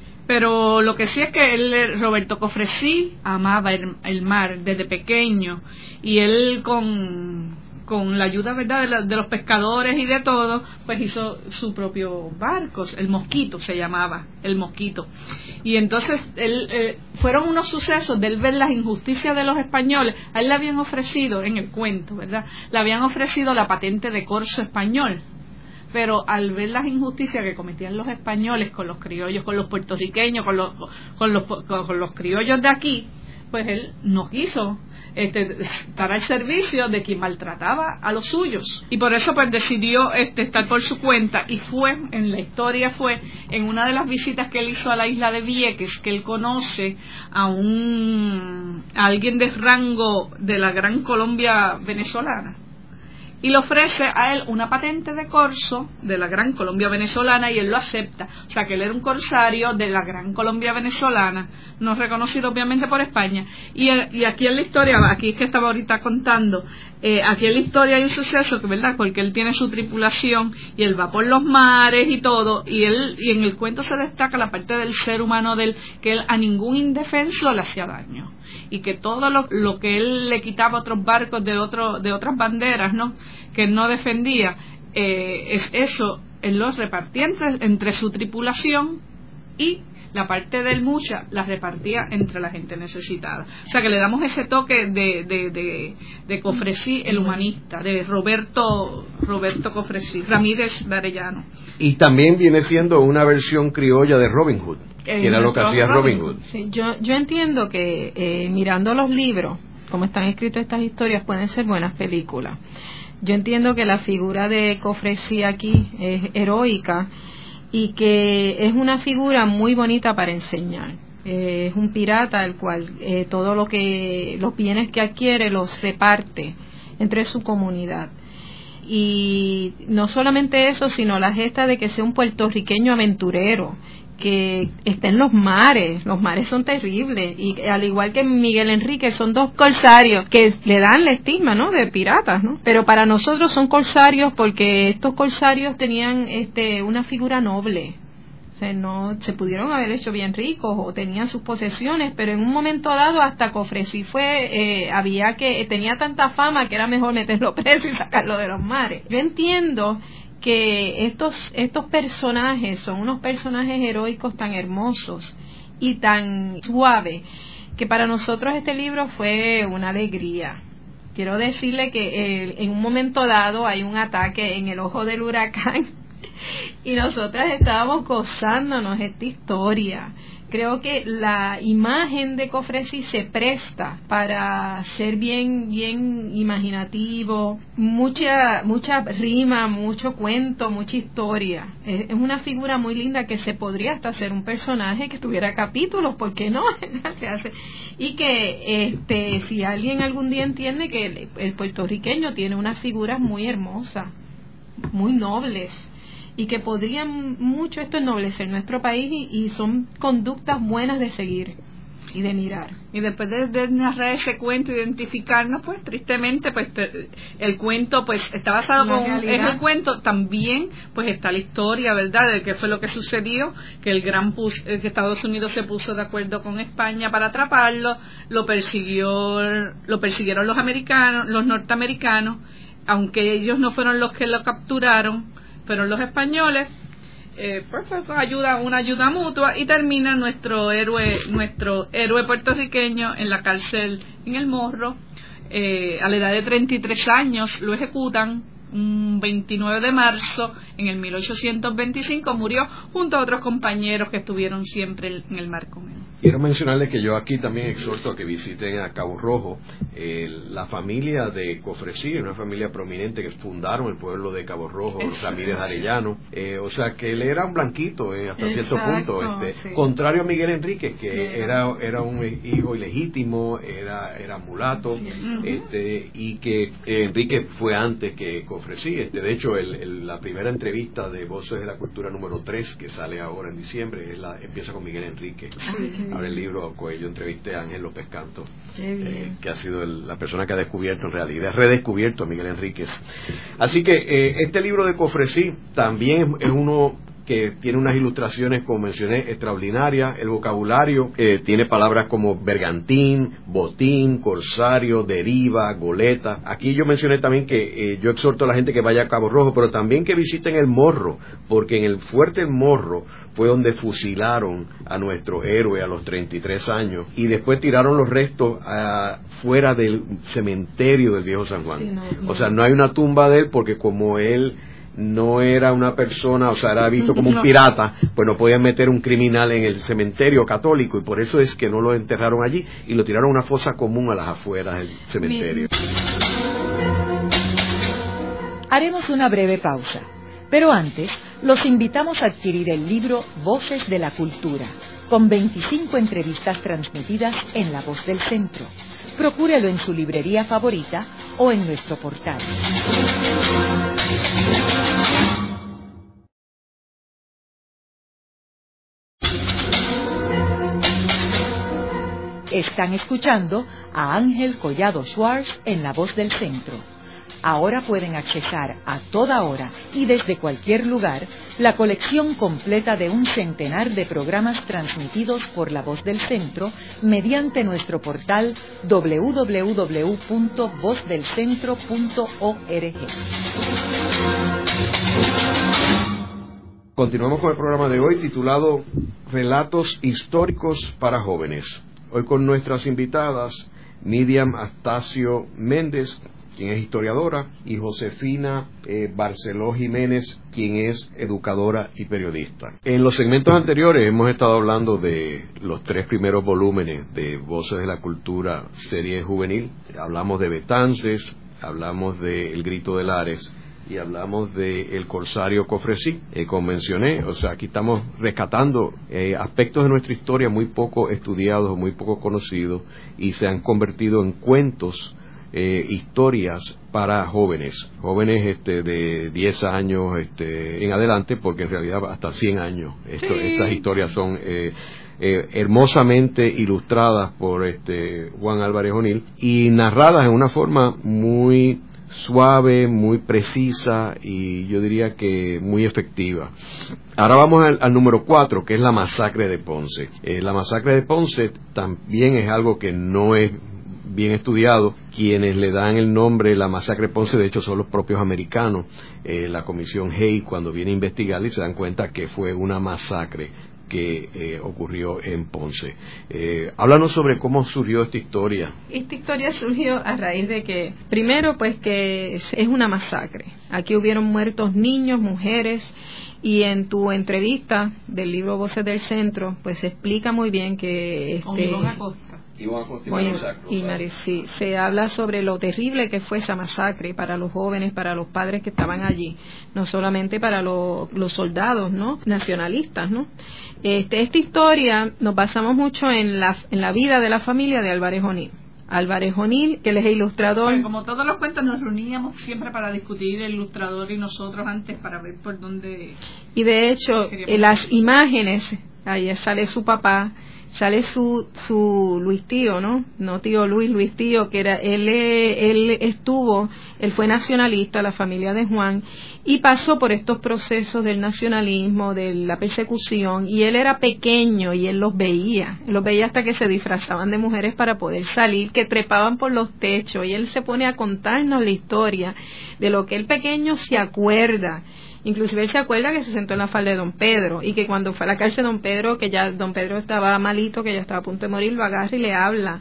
Pero lo que sí es que él, Roberto Cofresí, amaba el, el mar desde pequeño, y él con con la ayuda, ¿verdad?, de, la, de los pescadores y de todo, pues hizo su propio barco, el Mosquito se llamaba, el Mosquito. Y entonces él, eh, fueron unos sucesos de él ver las injusticias de los españoles. A él le habían ofrecido, en el cuento, ¿verdad?, le habían ofrecido la patente de corso español, pero al ver las injusticias que cometían los españoles con los criollos, con los puertorriqueños, con los, con los, con, con los criollos de aquí, pues él no quiso este, estar al servicio de quien maltrataba a los suyos, y por eso pues decidió este, estar por su cuenta, y fue, en la historia fue en una de las visitas que él hizo a la isla de Vieques, que él conoce a un a alguien de rango de la Gran Colombia venezolana, y le ofrece a él una patente de corso de la Gran Colombia venezolana, y él lo acepta. O sea, que él era un corsario de la Gran Colombia venezolana, no reconocido obviamente por España. Y, y aquí en la historia, aquí es que estaba ahorita contando, eh, aquí en la historia hay un suceso, que verdad, porque él tiene su tripulación y él va por los mares y todo, y él y en el cuento se destaca la parte del ser humano de él, que él a ningún indefenso le hacía daño, y que todo lo, lo que él le quitaba a otros barcos de otro, de otras banderas, ¿no?, que él no defendía, eh, es eso, él los repartía entre, entre su tripulación, y la parte del mucha la repartía entre la gente necesitada. O sea, que le damos ese toque de, de, de, de Cofresí, el humanista, de Roberto Roberto Cofresí, Ramírez de Arellano. Y también viene siendo una versión criolla de Robin Hood, que era lo que hacía Robin Hood. Sí, yo, yo entiendo que eh, mirando los libros, como están escritas estas historias, pueden ser buenas películas. Yo entiendo que la figura de Cofresí aquí es heroica, y que es una figura muy bonita para enseñar. Eh, es un pirata el cual eh, todo lo que los bienes que adquiere los reparte entre su comunidad. Y no solamente eso, sino la gesta de que sea un puertorriqueño aventurero, que está en los mares. Los mares son terribles, y al igual que Miguel Enrique, son dos corsarios que le dan la estigma, ¿no?, de piratas, ¿no? Pero para nosotros son corsarios porque estos corsarios tenían este una figura noble. O sea, no se pudieron haber hecho bien ricos o tenían sus posesiones, pero en un momento dado hasta Cofresí fue, eh, había que tenía tanta fama que era mejor meterlo preso y sacarlo de los mares. Yo entiendo que estos estos personajes son unos personajes heroicos tan hermosos y tan suaves, que para nosotros este libro fue una alegría. Quiero decirle que eh, en un momento dado hay un ataque en el ojo del huracán y nosotras estábamos gozándonos esta historia. Creo que la imagen de Cofresí se presta para ser bien bien imaginativo, mucha mucha rima, mucho cuento, mucha historia. Es, es una figura muy linda que se podría hasta hacer un personaje que tuviera capítulos, ¿por qué no? Se hace. Y que este si alguien algún día entiende que el, el puertorriqueño tiene unas figuras muy hermosas, muy nobles, y que podrían mucho esto ennoblecer nuestro país, y, y son conductas buenas de seguir y de mirar. Y después de, de narrar ese cuento, identificarnos, pues tristemente pues te, el cuento pues está basado con en el cuento, también pues está la historia, ¿verdad?, de qué fue lo que sucedió, que el gran pus, que Estados Unidos se puso de acuerdo con España para atraparlo, lo persiguió lo persiguieron los americanos, los norteamericanos, aunque ellos no fueron los que lo capturaron, pero los españoles, eh, pues, pues ayuda, una ayuda mutua, y termina nuestro héroe nuestro héroe puertorriqueño en la cárcel en El Morro. Eh, a la edad de treinta y tres años lo ejecutan un veintinueve de marzo en el mil ochocientos veinticinco. Murió junto a otros compañeros que estuvieron siempre en el mar con él. Quiero mencionarles que yo aquí también exhorto a que visiten a Cabo Rojo. Eh, la familia de Cofresí, una familia prominente que fundaron el pueblo de Cabo Rojo, los Ramírez de Arellano. Eh, o sea, que él era un blanquito eh, hasta Exacto, cierto punto. Este, sí. Contrario a Miguel Enrique, que sí, era era un hijo ilegítimo, era era mulato, sí. este y que eh, Enrique fue antes que Cofresí. Este, de hecho, el, el, la primera entrevista de Voces de la Cultura número tres, que sale ahora en diciembre, es la, empieza con Miguel Enrique. Sí. Ahora el libro, pues, yo entrevisté a Ángel López Canto, eh, que ha sido el, la persona que ha descubierto, en realidad, redescubierto a Miguel Enríquez. Así que eh, este libro de Cofresí también es uno que tiene unas ilustraciones, como mencioné, extraordinarias. El vocabulario eh, tiene palabras como bergantín, botín, corsario, deriva, goleta. Aquí yo mencioné también que eh, yo exhorto a la gente que vaya a Cabo Rojo, pero también que visiten el Morro, porque en el fuerte El Morro fue donde fusilaron a nuestro héroe a los treinta y tres años y después tiraron los restos uh, fuera del cementerio del Viejo San Juan. Sí, no, no. O sea, no hay una tumba de él porque como él no era una persona, o sea, era visto como un pirata, pues no podían meter un criminal en el cementerio católico, y por eso es que no lo enterraron allí y lo tiraron a una fosa común a las afueras del cementerio. Haremos una breve pausa, pero antes los invitamos a adquirir el libro Voces de la Cultura, con veinticinco entrevistas transmitidas en La Voz del Centro. Procúrelo en su librería favorita o en nuestro portal. Están escuchando a Ángel Collado Schwartz en La Voz del Centro. Ahora pueden accesar a toda hora y desde cualquier lugar la colección completa de un centenar de programas transmitidos por La Voz del Centro mediante nuestro portal doble u doble u doble u punto voz del centro punto org. Continuamos con el programa de hoy titulado Relatos históricos para jóvenes. Hoy con nuestras invitadas Miriam Astacio Méndez, quien es historiadora, y Josefina eh, Barceló Jiménez, quien es educadora y periodista. En los segmentos anteriores hemos estado hablando de los tres primeros volúmenes de Voces de la Cultura, serie juvenil. Hablamos de Betances, hablamos de El Grito de Lares y hablamos de El Corsario Cofresí, eh, como mencioné. O sea, aquí estamos rescatando eh, aspectos de nuestra historia muy poco estudiados, muy poco conocidos, y se han convertido en cuentos, Eh, historias para jóvenes, jóvenes este, de diez años este, en adelante, porque en realidad hasta cien años. Esto, sí. Estas historias son eh, eh, hermosamente ilustradas por este Juan Álvarez O'Neill y narradas en una forma muy suave, muy precisa y yo diría que muy efectiva. Ahora vamos al, al número cuatro, que es la masacre de Ponce. Eh, la masacre de Ponce también es algo que no es bien estudiado. Quienes le dan el nombre la masacre de Ponce de hecho son los propios americanos. Eh, la comisión Hay, cuando viene a investigar, y se dan cuenta que fue una masacre que eh, ocurrió en Ponce. Eh, háblanos sobre cómo surgió esta historia. Esta historia surgió a raíz de que, primero, pues que es, es una masacre. Aquí hubieron muertos niños, mujeres, y en tu entrevista del libro Voces del Centro, pues se explica muy bien que este, Bueno, y Mari, sí, se habla sobre lo terrible que fue esa masacre para los jóvenes, para los padres que estaban allí, no solamente para lo, los soldados, ¿no?, nacionalistas, ¿no? Este, esta historia nos basamos mucho en la, en la vida de la familia de Álvarez O'Neill. Álvarez O'Neill, que él es ilustrador. Bueno, como todos los cuentos, nos reuníamos siempre para discutir el ilustrador y nosotros antes para ver por dónde. Y de hecho, en las imágenes, ahí sale su papá, sale su su Luis Tío, ¿no? No tío Luis, Luis Tío, que era él él estuvo, él fue nacionalista, la familia de Juan, y pasó por estos procesos del nacionalismo, de la persecución, y él era pequeño y él los veía, él los veía hasta que se disfrazaban de mujeres para poder salir, que trepaban por los techos, y él se pone a contarnos la historia de lo que el pequeño se acuerda. Inclusive él se acuerda que se sentó en la falda de Don Pedro y que cuando fue a la cárcel Don Pedro, que ya Don Pedro estaba malito, que ya estaba a punto de morir, lo agarra y le habla,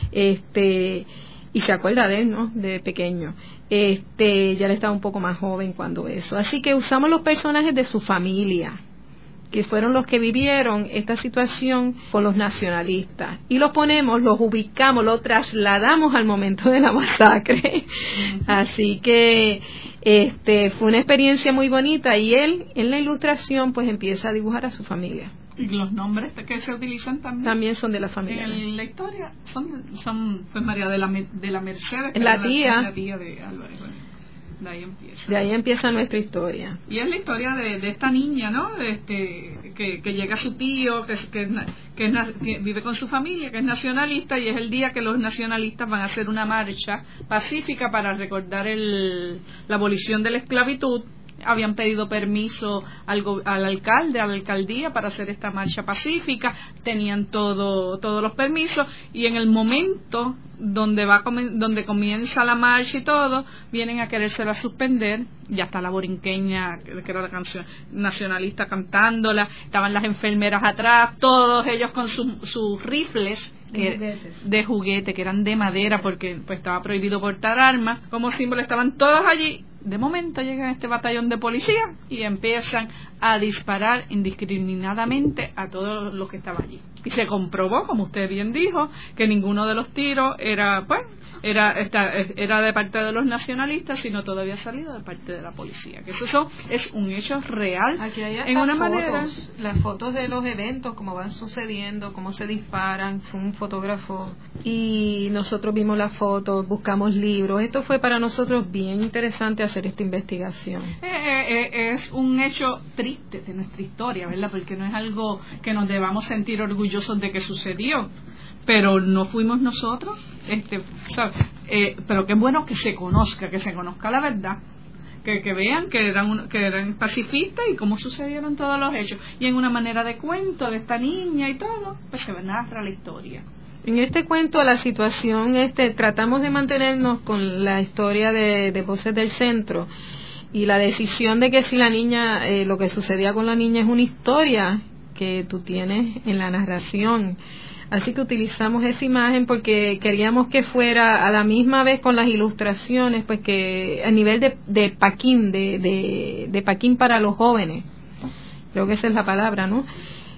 este y se acuerda de él, ¿no?, de pequeño. Este ya él estaba un poco más joven cuando eso. Así que usamos los personajes de su familia, que fueron los que vivieron esta situación con los nacionalistas, y los ponemos, los ubicamos, los trasladamos al momento de la masacre. Así que este fue una experiencia muy bonita, y él en la ilustración pues empieza a dibujar a su familia. Y los nombres que se utilizan también también son de la familia. En la historia son son pues María de la de la Mercedes, la tía, la tía de Álvarez. De ahí empieza. De ahí empieza nuestra historia. Y es la historia de, de esta niña, ¿no? Este, que, que llega su tío, que, que, que, que vive con su familia, que es nacionalista, y es el día que los nacionalistas van a hacer una marcha pacífica para recordar el, la abolición de la esclavitud habían pedido permiso al, al alcalde, a la alcaldía para hacer esta marcha pacífica, tenían todo, todos los permisos, y en el momento donde va donde comienza la marcha y todo, vienen a querérsela suspender. Ya está la borinqueña, que era la canción nacionalista, cantándola, estaban las enfermeras atrás, todos ellos con sus, sus rifles que, de juguete, que eran de madera porque pues estaba prohibido portar armas, como símbolo, estaban todos allí. De momento llega este batallón de policía y empiezan a disparar indiscriminadamente a todos los que estaban allí. Y se comprobó, como usted bien dijo, que ninguno de los tiros era pues era esta, era de parte de los nacionalistas, sino todo había salido de parte de la policía. Que eso son, es un hecho real. Aquí hay en una fotos, manera. Las fotos de los eventos, cómo van sucediendo, cómo se disparan. Fue un fotógrafo y nosotros vimos las fotos, buscamos libros. Esto fue para nosotros bien interesante hacer esta investigación. Eh, eh, es un hecho triste de nuestra historia, ¿verdad? Porque no es algo que nos debamos sentir orgullosos de que sucedió, pero no fuimos nosotros, este, ¿sabes? Eh, pero qué bueno que se conozca, que se conozca la verdad, que, que vean que eran, un, que eran pacifistas y cómo sucedieron todos los hechos, y en una manera de cuento de esta niña y todo, pues se narra la historia. En este cuento la situación, este, tratamos de mantenernos con la historia de, de Voces del Centro, y la decisión de que si la niña, eh, lo que sucedía con la niña es una historia que tú tienes en la narración. Así que utilizamos esa imagen porque queríamos que fuera a la misma vez con las ilustraciones, pues que a nivel de, de paquín, de, de, de paquín para los jóvenes, creo que esa es la palabra, ¿no?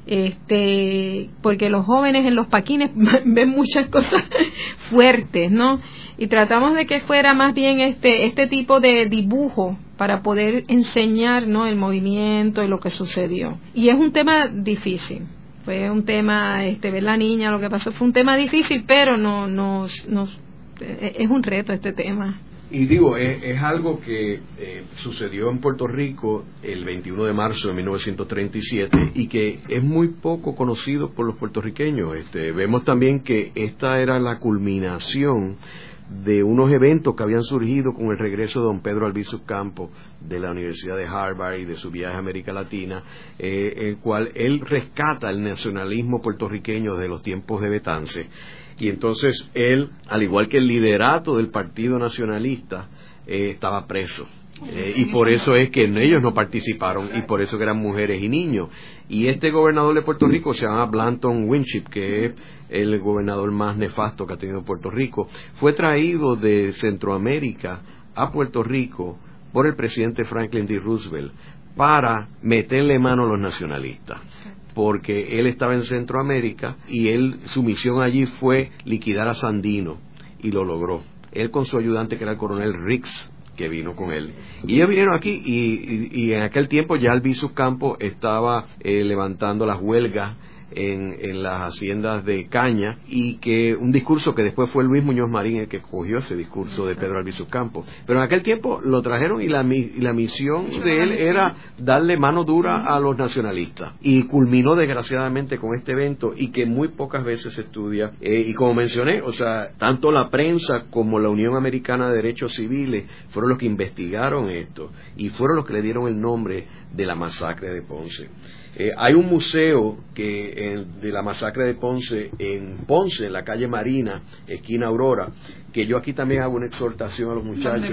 Este, porque los jóvenes en los paquines ven muchas cosas fuertes, ¿no? Y tratamos de que fuera más bien este, este tipo de dibujo para poder enseñar, ¿no?, el movimiento y lo que sucedió. Y es un tema difícil. Fue un tema, este, ver la niña, lo que pasó fue un tema difícil, pero no, nos, nos, es un reto este tema. Y digo, es, es algo que eh, sucedió en Puerto Rico el veintiuno de marzo de mil novecientos treinta y siete y que es muy poco conocido por los puertorriqueños. Este, vemos también que esta era la culminación de unos eventos que habían surgido con el regreso de don Pedro Albizu Campos de la Universidad de Harvard y de su viaje a América Latina, eh, el cual él rescata el nacionalismo puertorriqueño desde los tiempos de Betance, y entonces él, al igual que el liderato del Partido Nacionalista, eh, estaba preso. Eh, y por eso es que ellos no participaron, y por eso que eran mujeres y niños. Y este gobernador de Puerto Rico se llama Blanton Winship, que es el gobernador más nefasto que ha tenido Puerto Rico. Fue traído de Centroamérica a Puerto Rico por el presidente Franklin D. Roosevelt para meterle mano a los nacionalistas, porque él estaba en Centroamérica y él, su misión allí fue liquidar a Sandino, y lo logró. Él con su ayudante, que era el coronel Riggs, que vino con él. Y ellos vinieron aquí y, y, y en aquel tiempo ya Albizu Campos estaba eh, levantando las huelgas en, en las haciendas de caña, y que un discurso que después fue Luis Muñoz Marín el que cogió ese discurso de Pedro Albizu Campos. Pero en aquel tiempo lo trajeron, y la, y la misión de él era darle mano dura a los nacionalistas, y culminó desgraciadamente con este evento, y que muy pocas veces se estudia, eh, y como mencioné, o sea, tanto la prensa como la Unión Americana de Derechos Civiles fueron los que investigaron esto, y fueron los que le dieron el nombre de la masacre de Ponce. Eh, hay un museo que eh, de la masacre de Ponce en Ponce, en la calle Marina, esquina Aurora, que yo aquí también hago una exhortación a los muchachos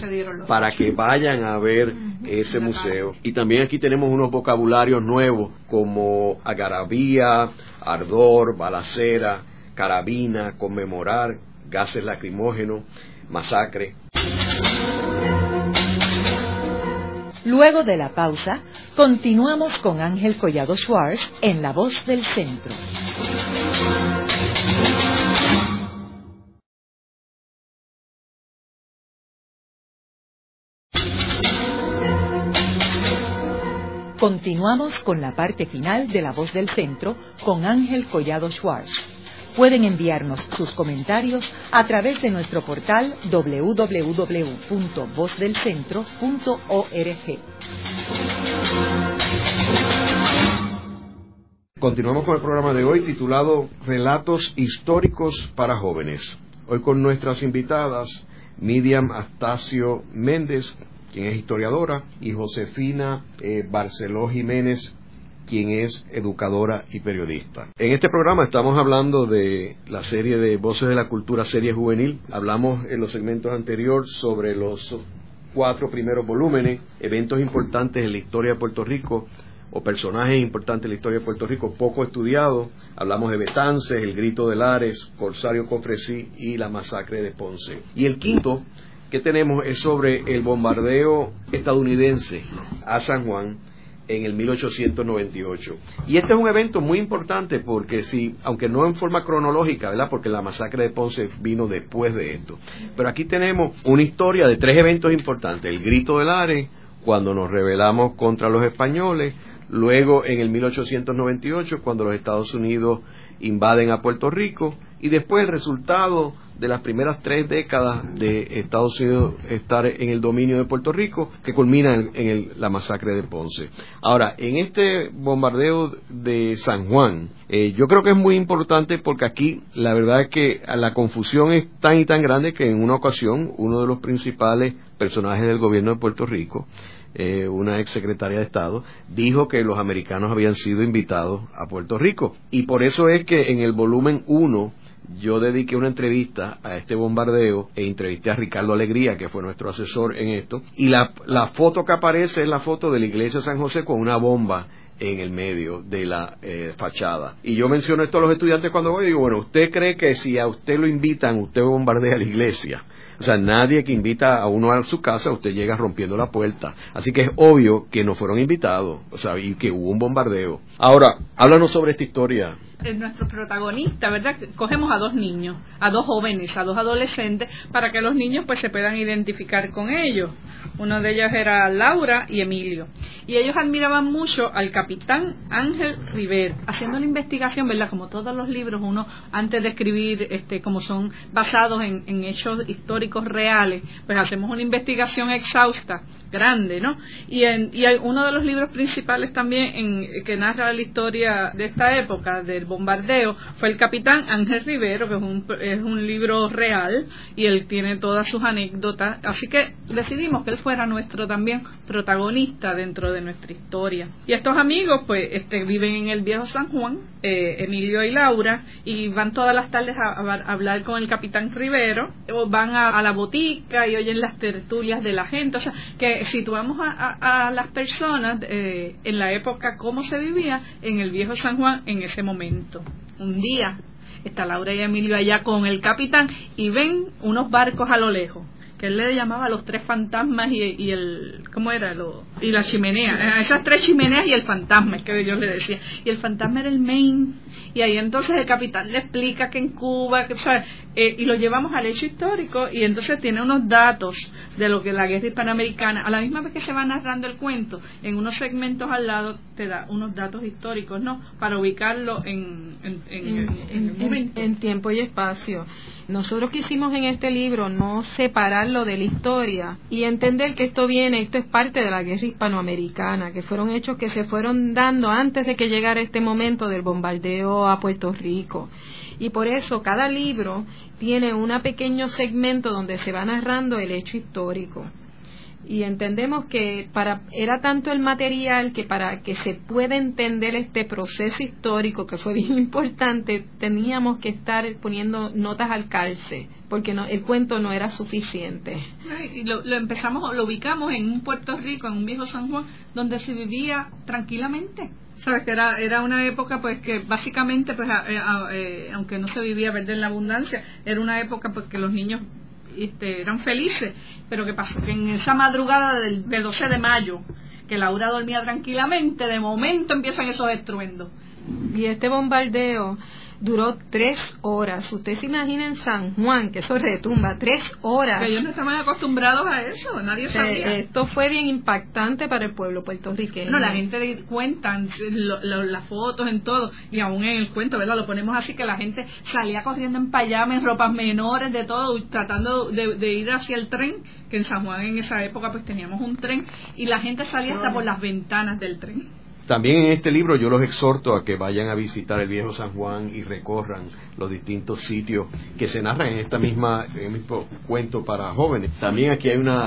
para que vayan a ver ese museo. Y también aquí tenemos unos vocabularios nuevos como algarabía, ardor, balacera, carabina, conmemorar, gases lacrimógenos, masacre. Luego de la pausa, continuamos con Ángel Collado Schwartz en La Voz del Centro. Continuamos con la parte final de La Voz del Centro con Ángel Collado Schwartz. Pueden enviarnos sus comentarios a través de nuestro portal doble u doble u doble u punto voz del centro punto org. Continuamos con el programa de hoy titulado Relatos históricos para jóvenes. Hoy con nuestras invitadas Miriam Astacio Méndez, quien es historiadora, y Josefina eh, Barceló Jiménez, quien es educadora y periodista. En este programa estamos hablando de la serie de Voces de la Cultura, serie juvenil. Hablamos en los segmentos anteriores sobre los cuatro primeros volúmenes, eventos importantes en la historia de Puerto Rico, o personajes importantes en la historia de Puerto Rico, poco estudiados. Hablamos de Betances, El Grito de Lares, Corsario Cofresí y la masacre de Ponce. Y el quinto que tenemos es sobre el bombardeo estadounidense a San Juan en el mil ochocientos noventa y ocho. Y este es un evento muy importante porque si, aunque no en forma cronológica, ¿verdad? Porque la masacre de Ponce vino después de esto. Pero aquí tenemos una historia de tres eventos importantes. El Grito de Lares, cuando nos rebelamos contra los españoles. Luego en el mil ochocientos noventa y ocho, cuando los Estados Unidos invaden a Puerto Rico. Y después el resultado de las primeras tres décadas de Estados Unidos estar en el dominio de Puerto Rico, que culmina en, en el, la masacre de Ponce. Ahora, en este bombardeo de San Juan, eh, yo creo que es muy importante porque aquí la verdad es que la confusión es tan y tan grande que en una ocasión uno de los principales personajes del gobierno de Puerto Rico, Eh, una ex secretaria de Estado, dijo que los americanos habían sido invitados a Puerto Rico. Y por eso es que en el volumen uno yo dediqué una entrevista a este bombardeo e entrevisté a Ricardo Alegría, que fue nuestro asesor en esto, y la, la foto que aparece es la foto de la iglesia de San José con una bomba en el medio de la eh, fachada. Y yo menciono esto a los estudiantes cuando voy y digo, bueno, ¿usted cree que si a usted lo invitan, usted bombardea la iglesia? O sea, nadie que invita a uno a su casa, usted llega rompiendo la puerta. Así que es obvio que no fueron invitados, o sea, y que hubo un bombardeo. Ahora, háblanos sobre esta historia. Nuestro protagonista, ¿verdad? Cogemos a dos niños, a dos jóvenes, a dos adolescentes, para que los niños pues se puedan identificar con ellos. Uno de ellos era Laura y Emilio. Y ellos admiraban mucho al capitán Ángel Rivero, haciendo la investigación, ¿verdad? Como todos los libros, uno antes de escribir, este, como son basados en, en hechos históricos reales, pues hacemos una investigación exhausta, grande, ¿no? Y, en, y hay uno de los libros principales también en, que narra la historia de esta época, del bombardeo, fue el capitán Ángel Rivero, que es un, es un libro real, y él tiene todas sus anécdotas, así que decidimos que él fuera nuestro también protagonista dentro de nuestra historia. Y estos amigos pues este, viven en el viejo San Juan, eh, Emilio y Laura, y van todas las tardes a, a, a hablar con el capitán Rivero, o van a, a la botica y oyen las tertulias de la gente, o sea, que situamos a, a, a las personas eh, en la época cómo se vivía en el viejo San Juan en ese momento. Un día está Laura y Emilio allá con el capitán y ven unos barcos a lo lejos, que él le llamaba los tres fantasmas y, y el, ¿cómo era? Lo, y la chimenea, esas tres chimeneas y el fantasma, es que yo le decía, y el fantasma era el Maine, y ahí entonces el capitán le explica que en Cuba, que, o sea, eh, y lo llevamos al hecho histórico, y entonces tiene unos datos de lo que es la guerra hispanoamericana, a la misma vez que se va narrando el cuento, en unos segmentos al lado te da unos datos históricos, ¿no? Para ubicarlo en, en, en, en, en, en, momento. en, en tiempo y espacio. Nosotros quisimos en este libro no separarlo de la historia y entender que esto viene, esto es parte de la guerra hispanoamericana, que fueron hechos que se fueron dando antes de que llegara este momento del bombardeo a Puerto Rico. Y por eso cada libro tiene un pequeño segmento donde se va narrando el hecho histórico. Y entendemos que para era tanto el material que para que se pueda entender este proceso histórico, que fue bien importante, teníamos que estar poniendo notas al calce, porque no, el cuento no era suficiente. Y lo, lo empezamos, lo ubicamos en un Puerto Rico, en un viejo San Juan, donde se vivía tranquilamente. Sabes que era era una época pues que básicamente pues a, a, a, eh, aunque no se vivía verde en la abundancia, era una época pues que los niños Este, eran felices, pero ¿qué pasó? Que en esa madrugada del, del doce de mayo, que Laura dormía tranquilamente, de momento empiezan esos estruendos. Y este bombardeo duró tres horas. Usted se imagina en San Juan, que eso retumba, tres horas. Pero ellos no estaban acostumbrados a eso, nadie sabía. Eh, esto fue bien impactante para el pueblo puertorriqueño. No, la gente cuenta lo, lo, las fotos, en todo, y aún en el cuento, ¿verdad? Lo ponemos así, que la gente salía corriendo en payama, en ropas menores, de todo, tratando de, de ir hacia el tren, que en San Juan en esa época pues teníamos un tren, y la gente salía hasta por las ventanas del tren. También en este libro yo los exhorto a que vayan a visitar el viejo San Juan y recorran los distintos sitios que se narran en esta misma en el mismo cuento para jóvenes. También aquí hay una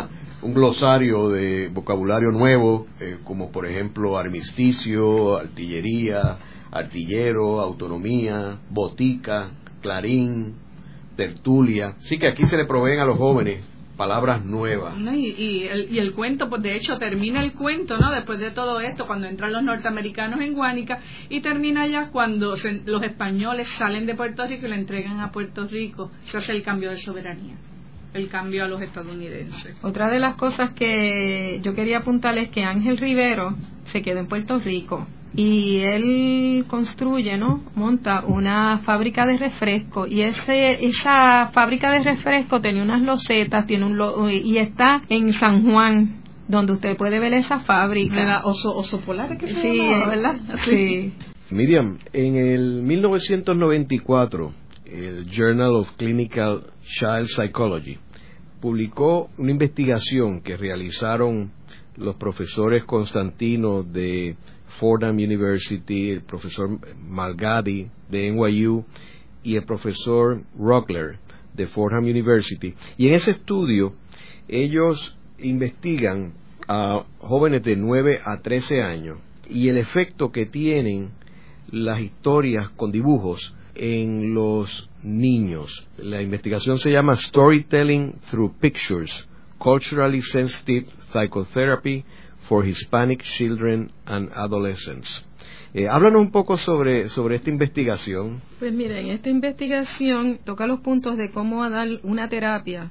un glosario de vocabulario nuevo, eh, como por ejemplo armisticio, artillería, artillero, autonomía, botica, clarín, tertulia. Sí que aquí se le proveen a los jóvenes palabras nuevas. No, y, y, el, y el cuento, pues de hecho termina el cuento, ¿no? Después de todo esto, cuando entran los norteamericanos en Guánica, y termina ya cuando se, los españoles salen de Puerto Rico y le entregan a Puerto Rico. Se hace el cambio de soberanía, el cambio a los estadounidenses. Otra de las cosas que yo quería apuntar es que Ángel Rivero se quedó en Puerto Rico y él construye, ¿no? Monta una fábrica de refresco, y ese esa fábrica de refresco tenía unas losetas, tiene un lo, y está en San Juan, donde usted puede ver esa fábrica. ¿Verdad? Oso, oso polar, que se sí, llamaba, ¿verdad? Sí. Miriam, en el mil novecientos noventa y cuatro, el Journal of Clinical Child Psychology publicó una investigación que realizaron los profesores Constantino de Fordham University, el profesor Malgadi de N Y U y el profesor Rockler de Fordham University. Y en ese estudio ellos investigan a jóvenes de nueve a trece años y el efecto que tienen las historias con dibujos en los niños. La investigación se llama Storytelling Through Pictures, Culturally Sensitive Psychotherapy for Hispanic Children and Adolescents. Eh, háblanos un poco sobre, sobre esta investigación. Pues miren, esta investigación toca los puntos de cómo dar una terapia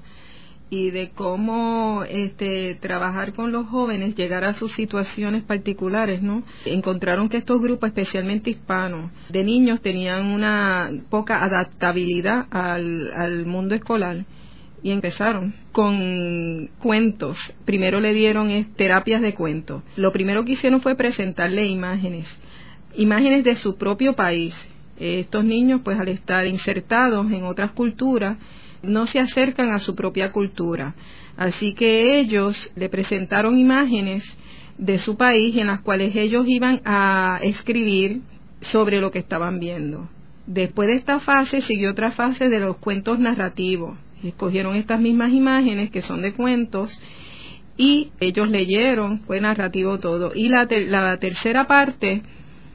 y de cómo este, trabajar con los jóvenes, llegar a sus situaciones particulares, ¿no? Encontraron que estos grupos, especialmente hispanos, de niños tenían una poca adaptabilidad al, al mundo escolar. Y empezaron con cuentos. Primero le dieron eh, terapias de cuentos. Lo primero que hicieron fue presentarle imágenes, imágenes de su propio país. Eh, estos niños, pues al estar insertados en otras culturas, no se acercan a su propia cultura. Así que ellos le presentaron imágenes de su país en las cuales ellos iban a escribir sobre lo que estaban viendo. Después de esta fase siguió otra fase de los cuentos narrativos. Escogieron estas mismas imágenes que son de cuentos y ellos leyeron, fue narrativo todo. Y la, ter- la tercera parte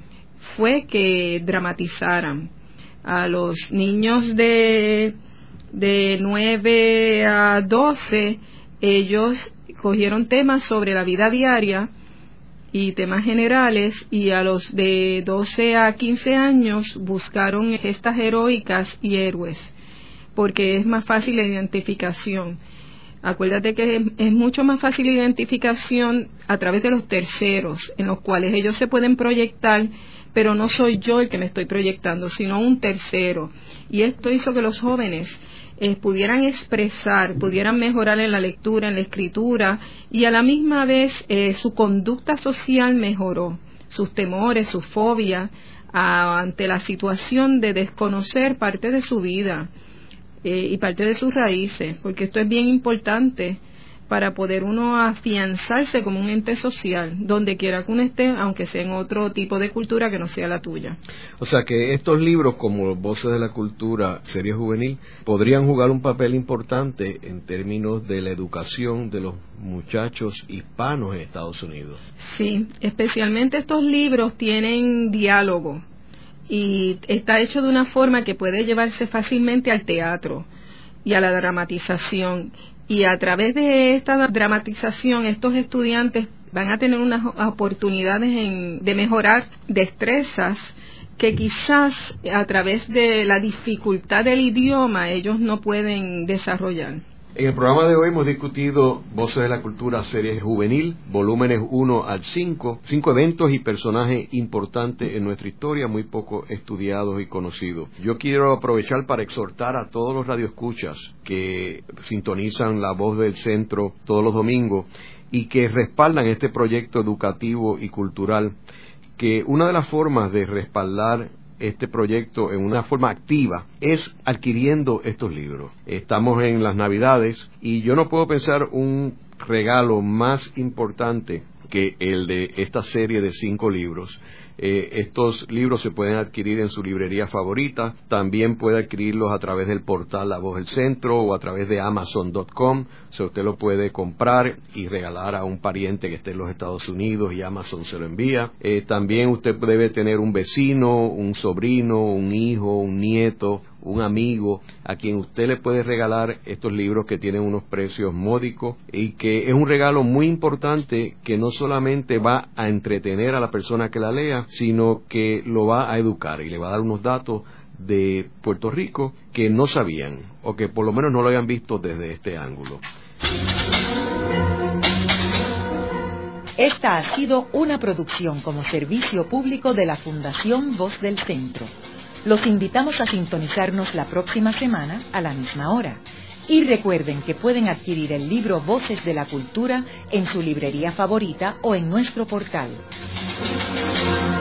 fue que dramatizaran. A los niños de, de nueve a doce, ellos cogieron temas sobre la vida diaria y temas generales, y a los de doce a quince años buscaron gestas heroicas y héroes, porque es más fácil la identificación. Acuérdate que es, es mucho más fácil la identificación a través de los terceros, en los cuales ellos se pueden proyectar, pero no soy yo el que me estoy proyectando, sino un tercero. Y esto hizo que los jóvenes eh, pudieran expresar, pudieran mejorar en la lectura, en la escritura, y a la misma vez eh, su conducta social mejoró, sus temores, sus fobias, a, ante la situación de desconocer parte de su vida. Eh, y parte de sus raíces, porque esto es bien importante para poder uno afianzarse como un ente social, donde quiera que uno esté, aunque sea en otro tipo de cultura que no sea la tuya. O sea que estos libros, como Voces de la Cultura, serie juvenil, podrían jugar un papel importante en términos de la educación de los muchachos hispanos en Estados Unidos. Sí, especialmente estos libros tienen diálogo, y está hecho de una forma que puede llevarse fácilmente al teatro y a la dramatización, y a través de esta dramatización estos estudiantes van a tener unas oportunidades en, de mejorar destrezas que quizás a través de la dificultad del idioma ellos no pueden desarrollar. En el programa de hoy hemos discutido Voces de la Cultura, serie juvenil, volúmenes uno al cinco, cinco eventos y personajes importantes en nuestra historia, muy poco estudiados y conocidos. Yo quiero aprovechar para exhortar a todos los radioescuchas que sintonizan La Voz del Centro todos los domingos y que respaldan este proyecto educativo y cultural, que una de las formas de respaldar este proyecto en una forma activa es adquiriendo estos libros. Estamos en las Navidades y yo no puedo pensar un regalo más importante que el de esta serie de cinco libros Eh, estos libros se pueden adquirir en su librería favorita, también puede adquirirlos a través del portal La Voz del Centro o a través de amazon punto com. O sea, usted lo puede comprar y regalar a un pariente que esté en los Estados Unidos y Amazon se lo envía. Eh, también usted debe tener un vecino, un sobrino, un hijo, un nieto, un amigo a quien usted le puede regalar estos libros que tienen unos precios módicos y que es un regalo muy importante que no solamente va a entretener a la persona que la lea, sino que lo va a educar y le va a dar unos datos de Puerto Rico que no sabían o que por lo menos no lo habían visto desde este ángulo. Esta ha sido una producción como servicio público de la Fundación Voz del Centro. Los invitamos a sintonizarnos la próxima semana a la misma hora. Y recuerden que pueden adquirir el libro Voces de la Cultura en su librería favorita o en nuestro portal.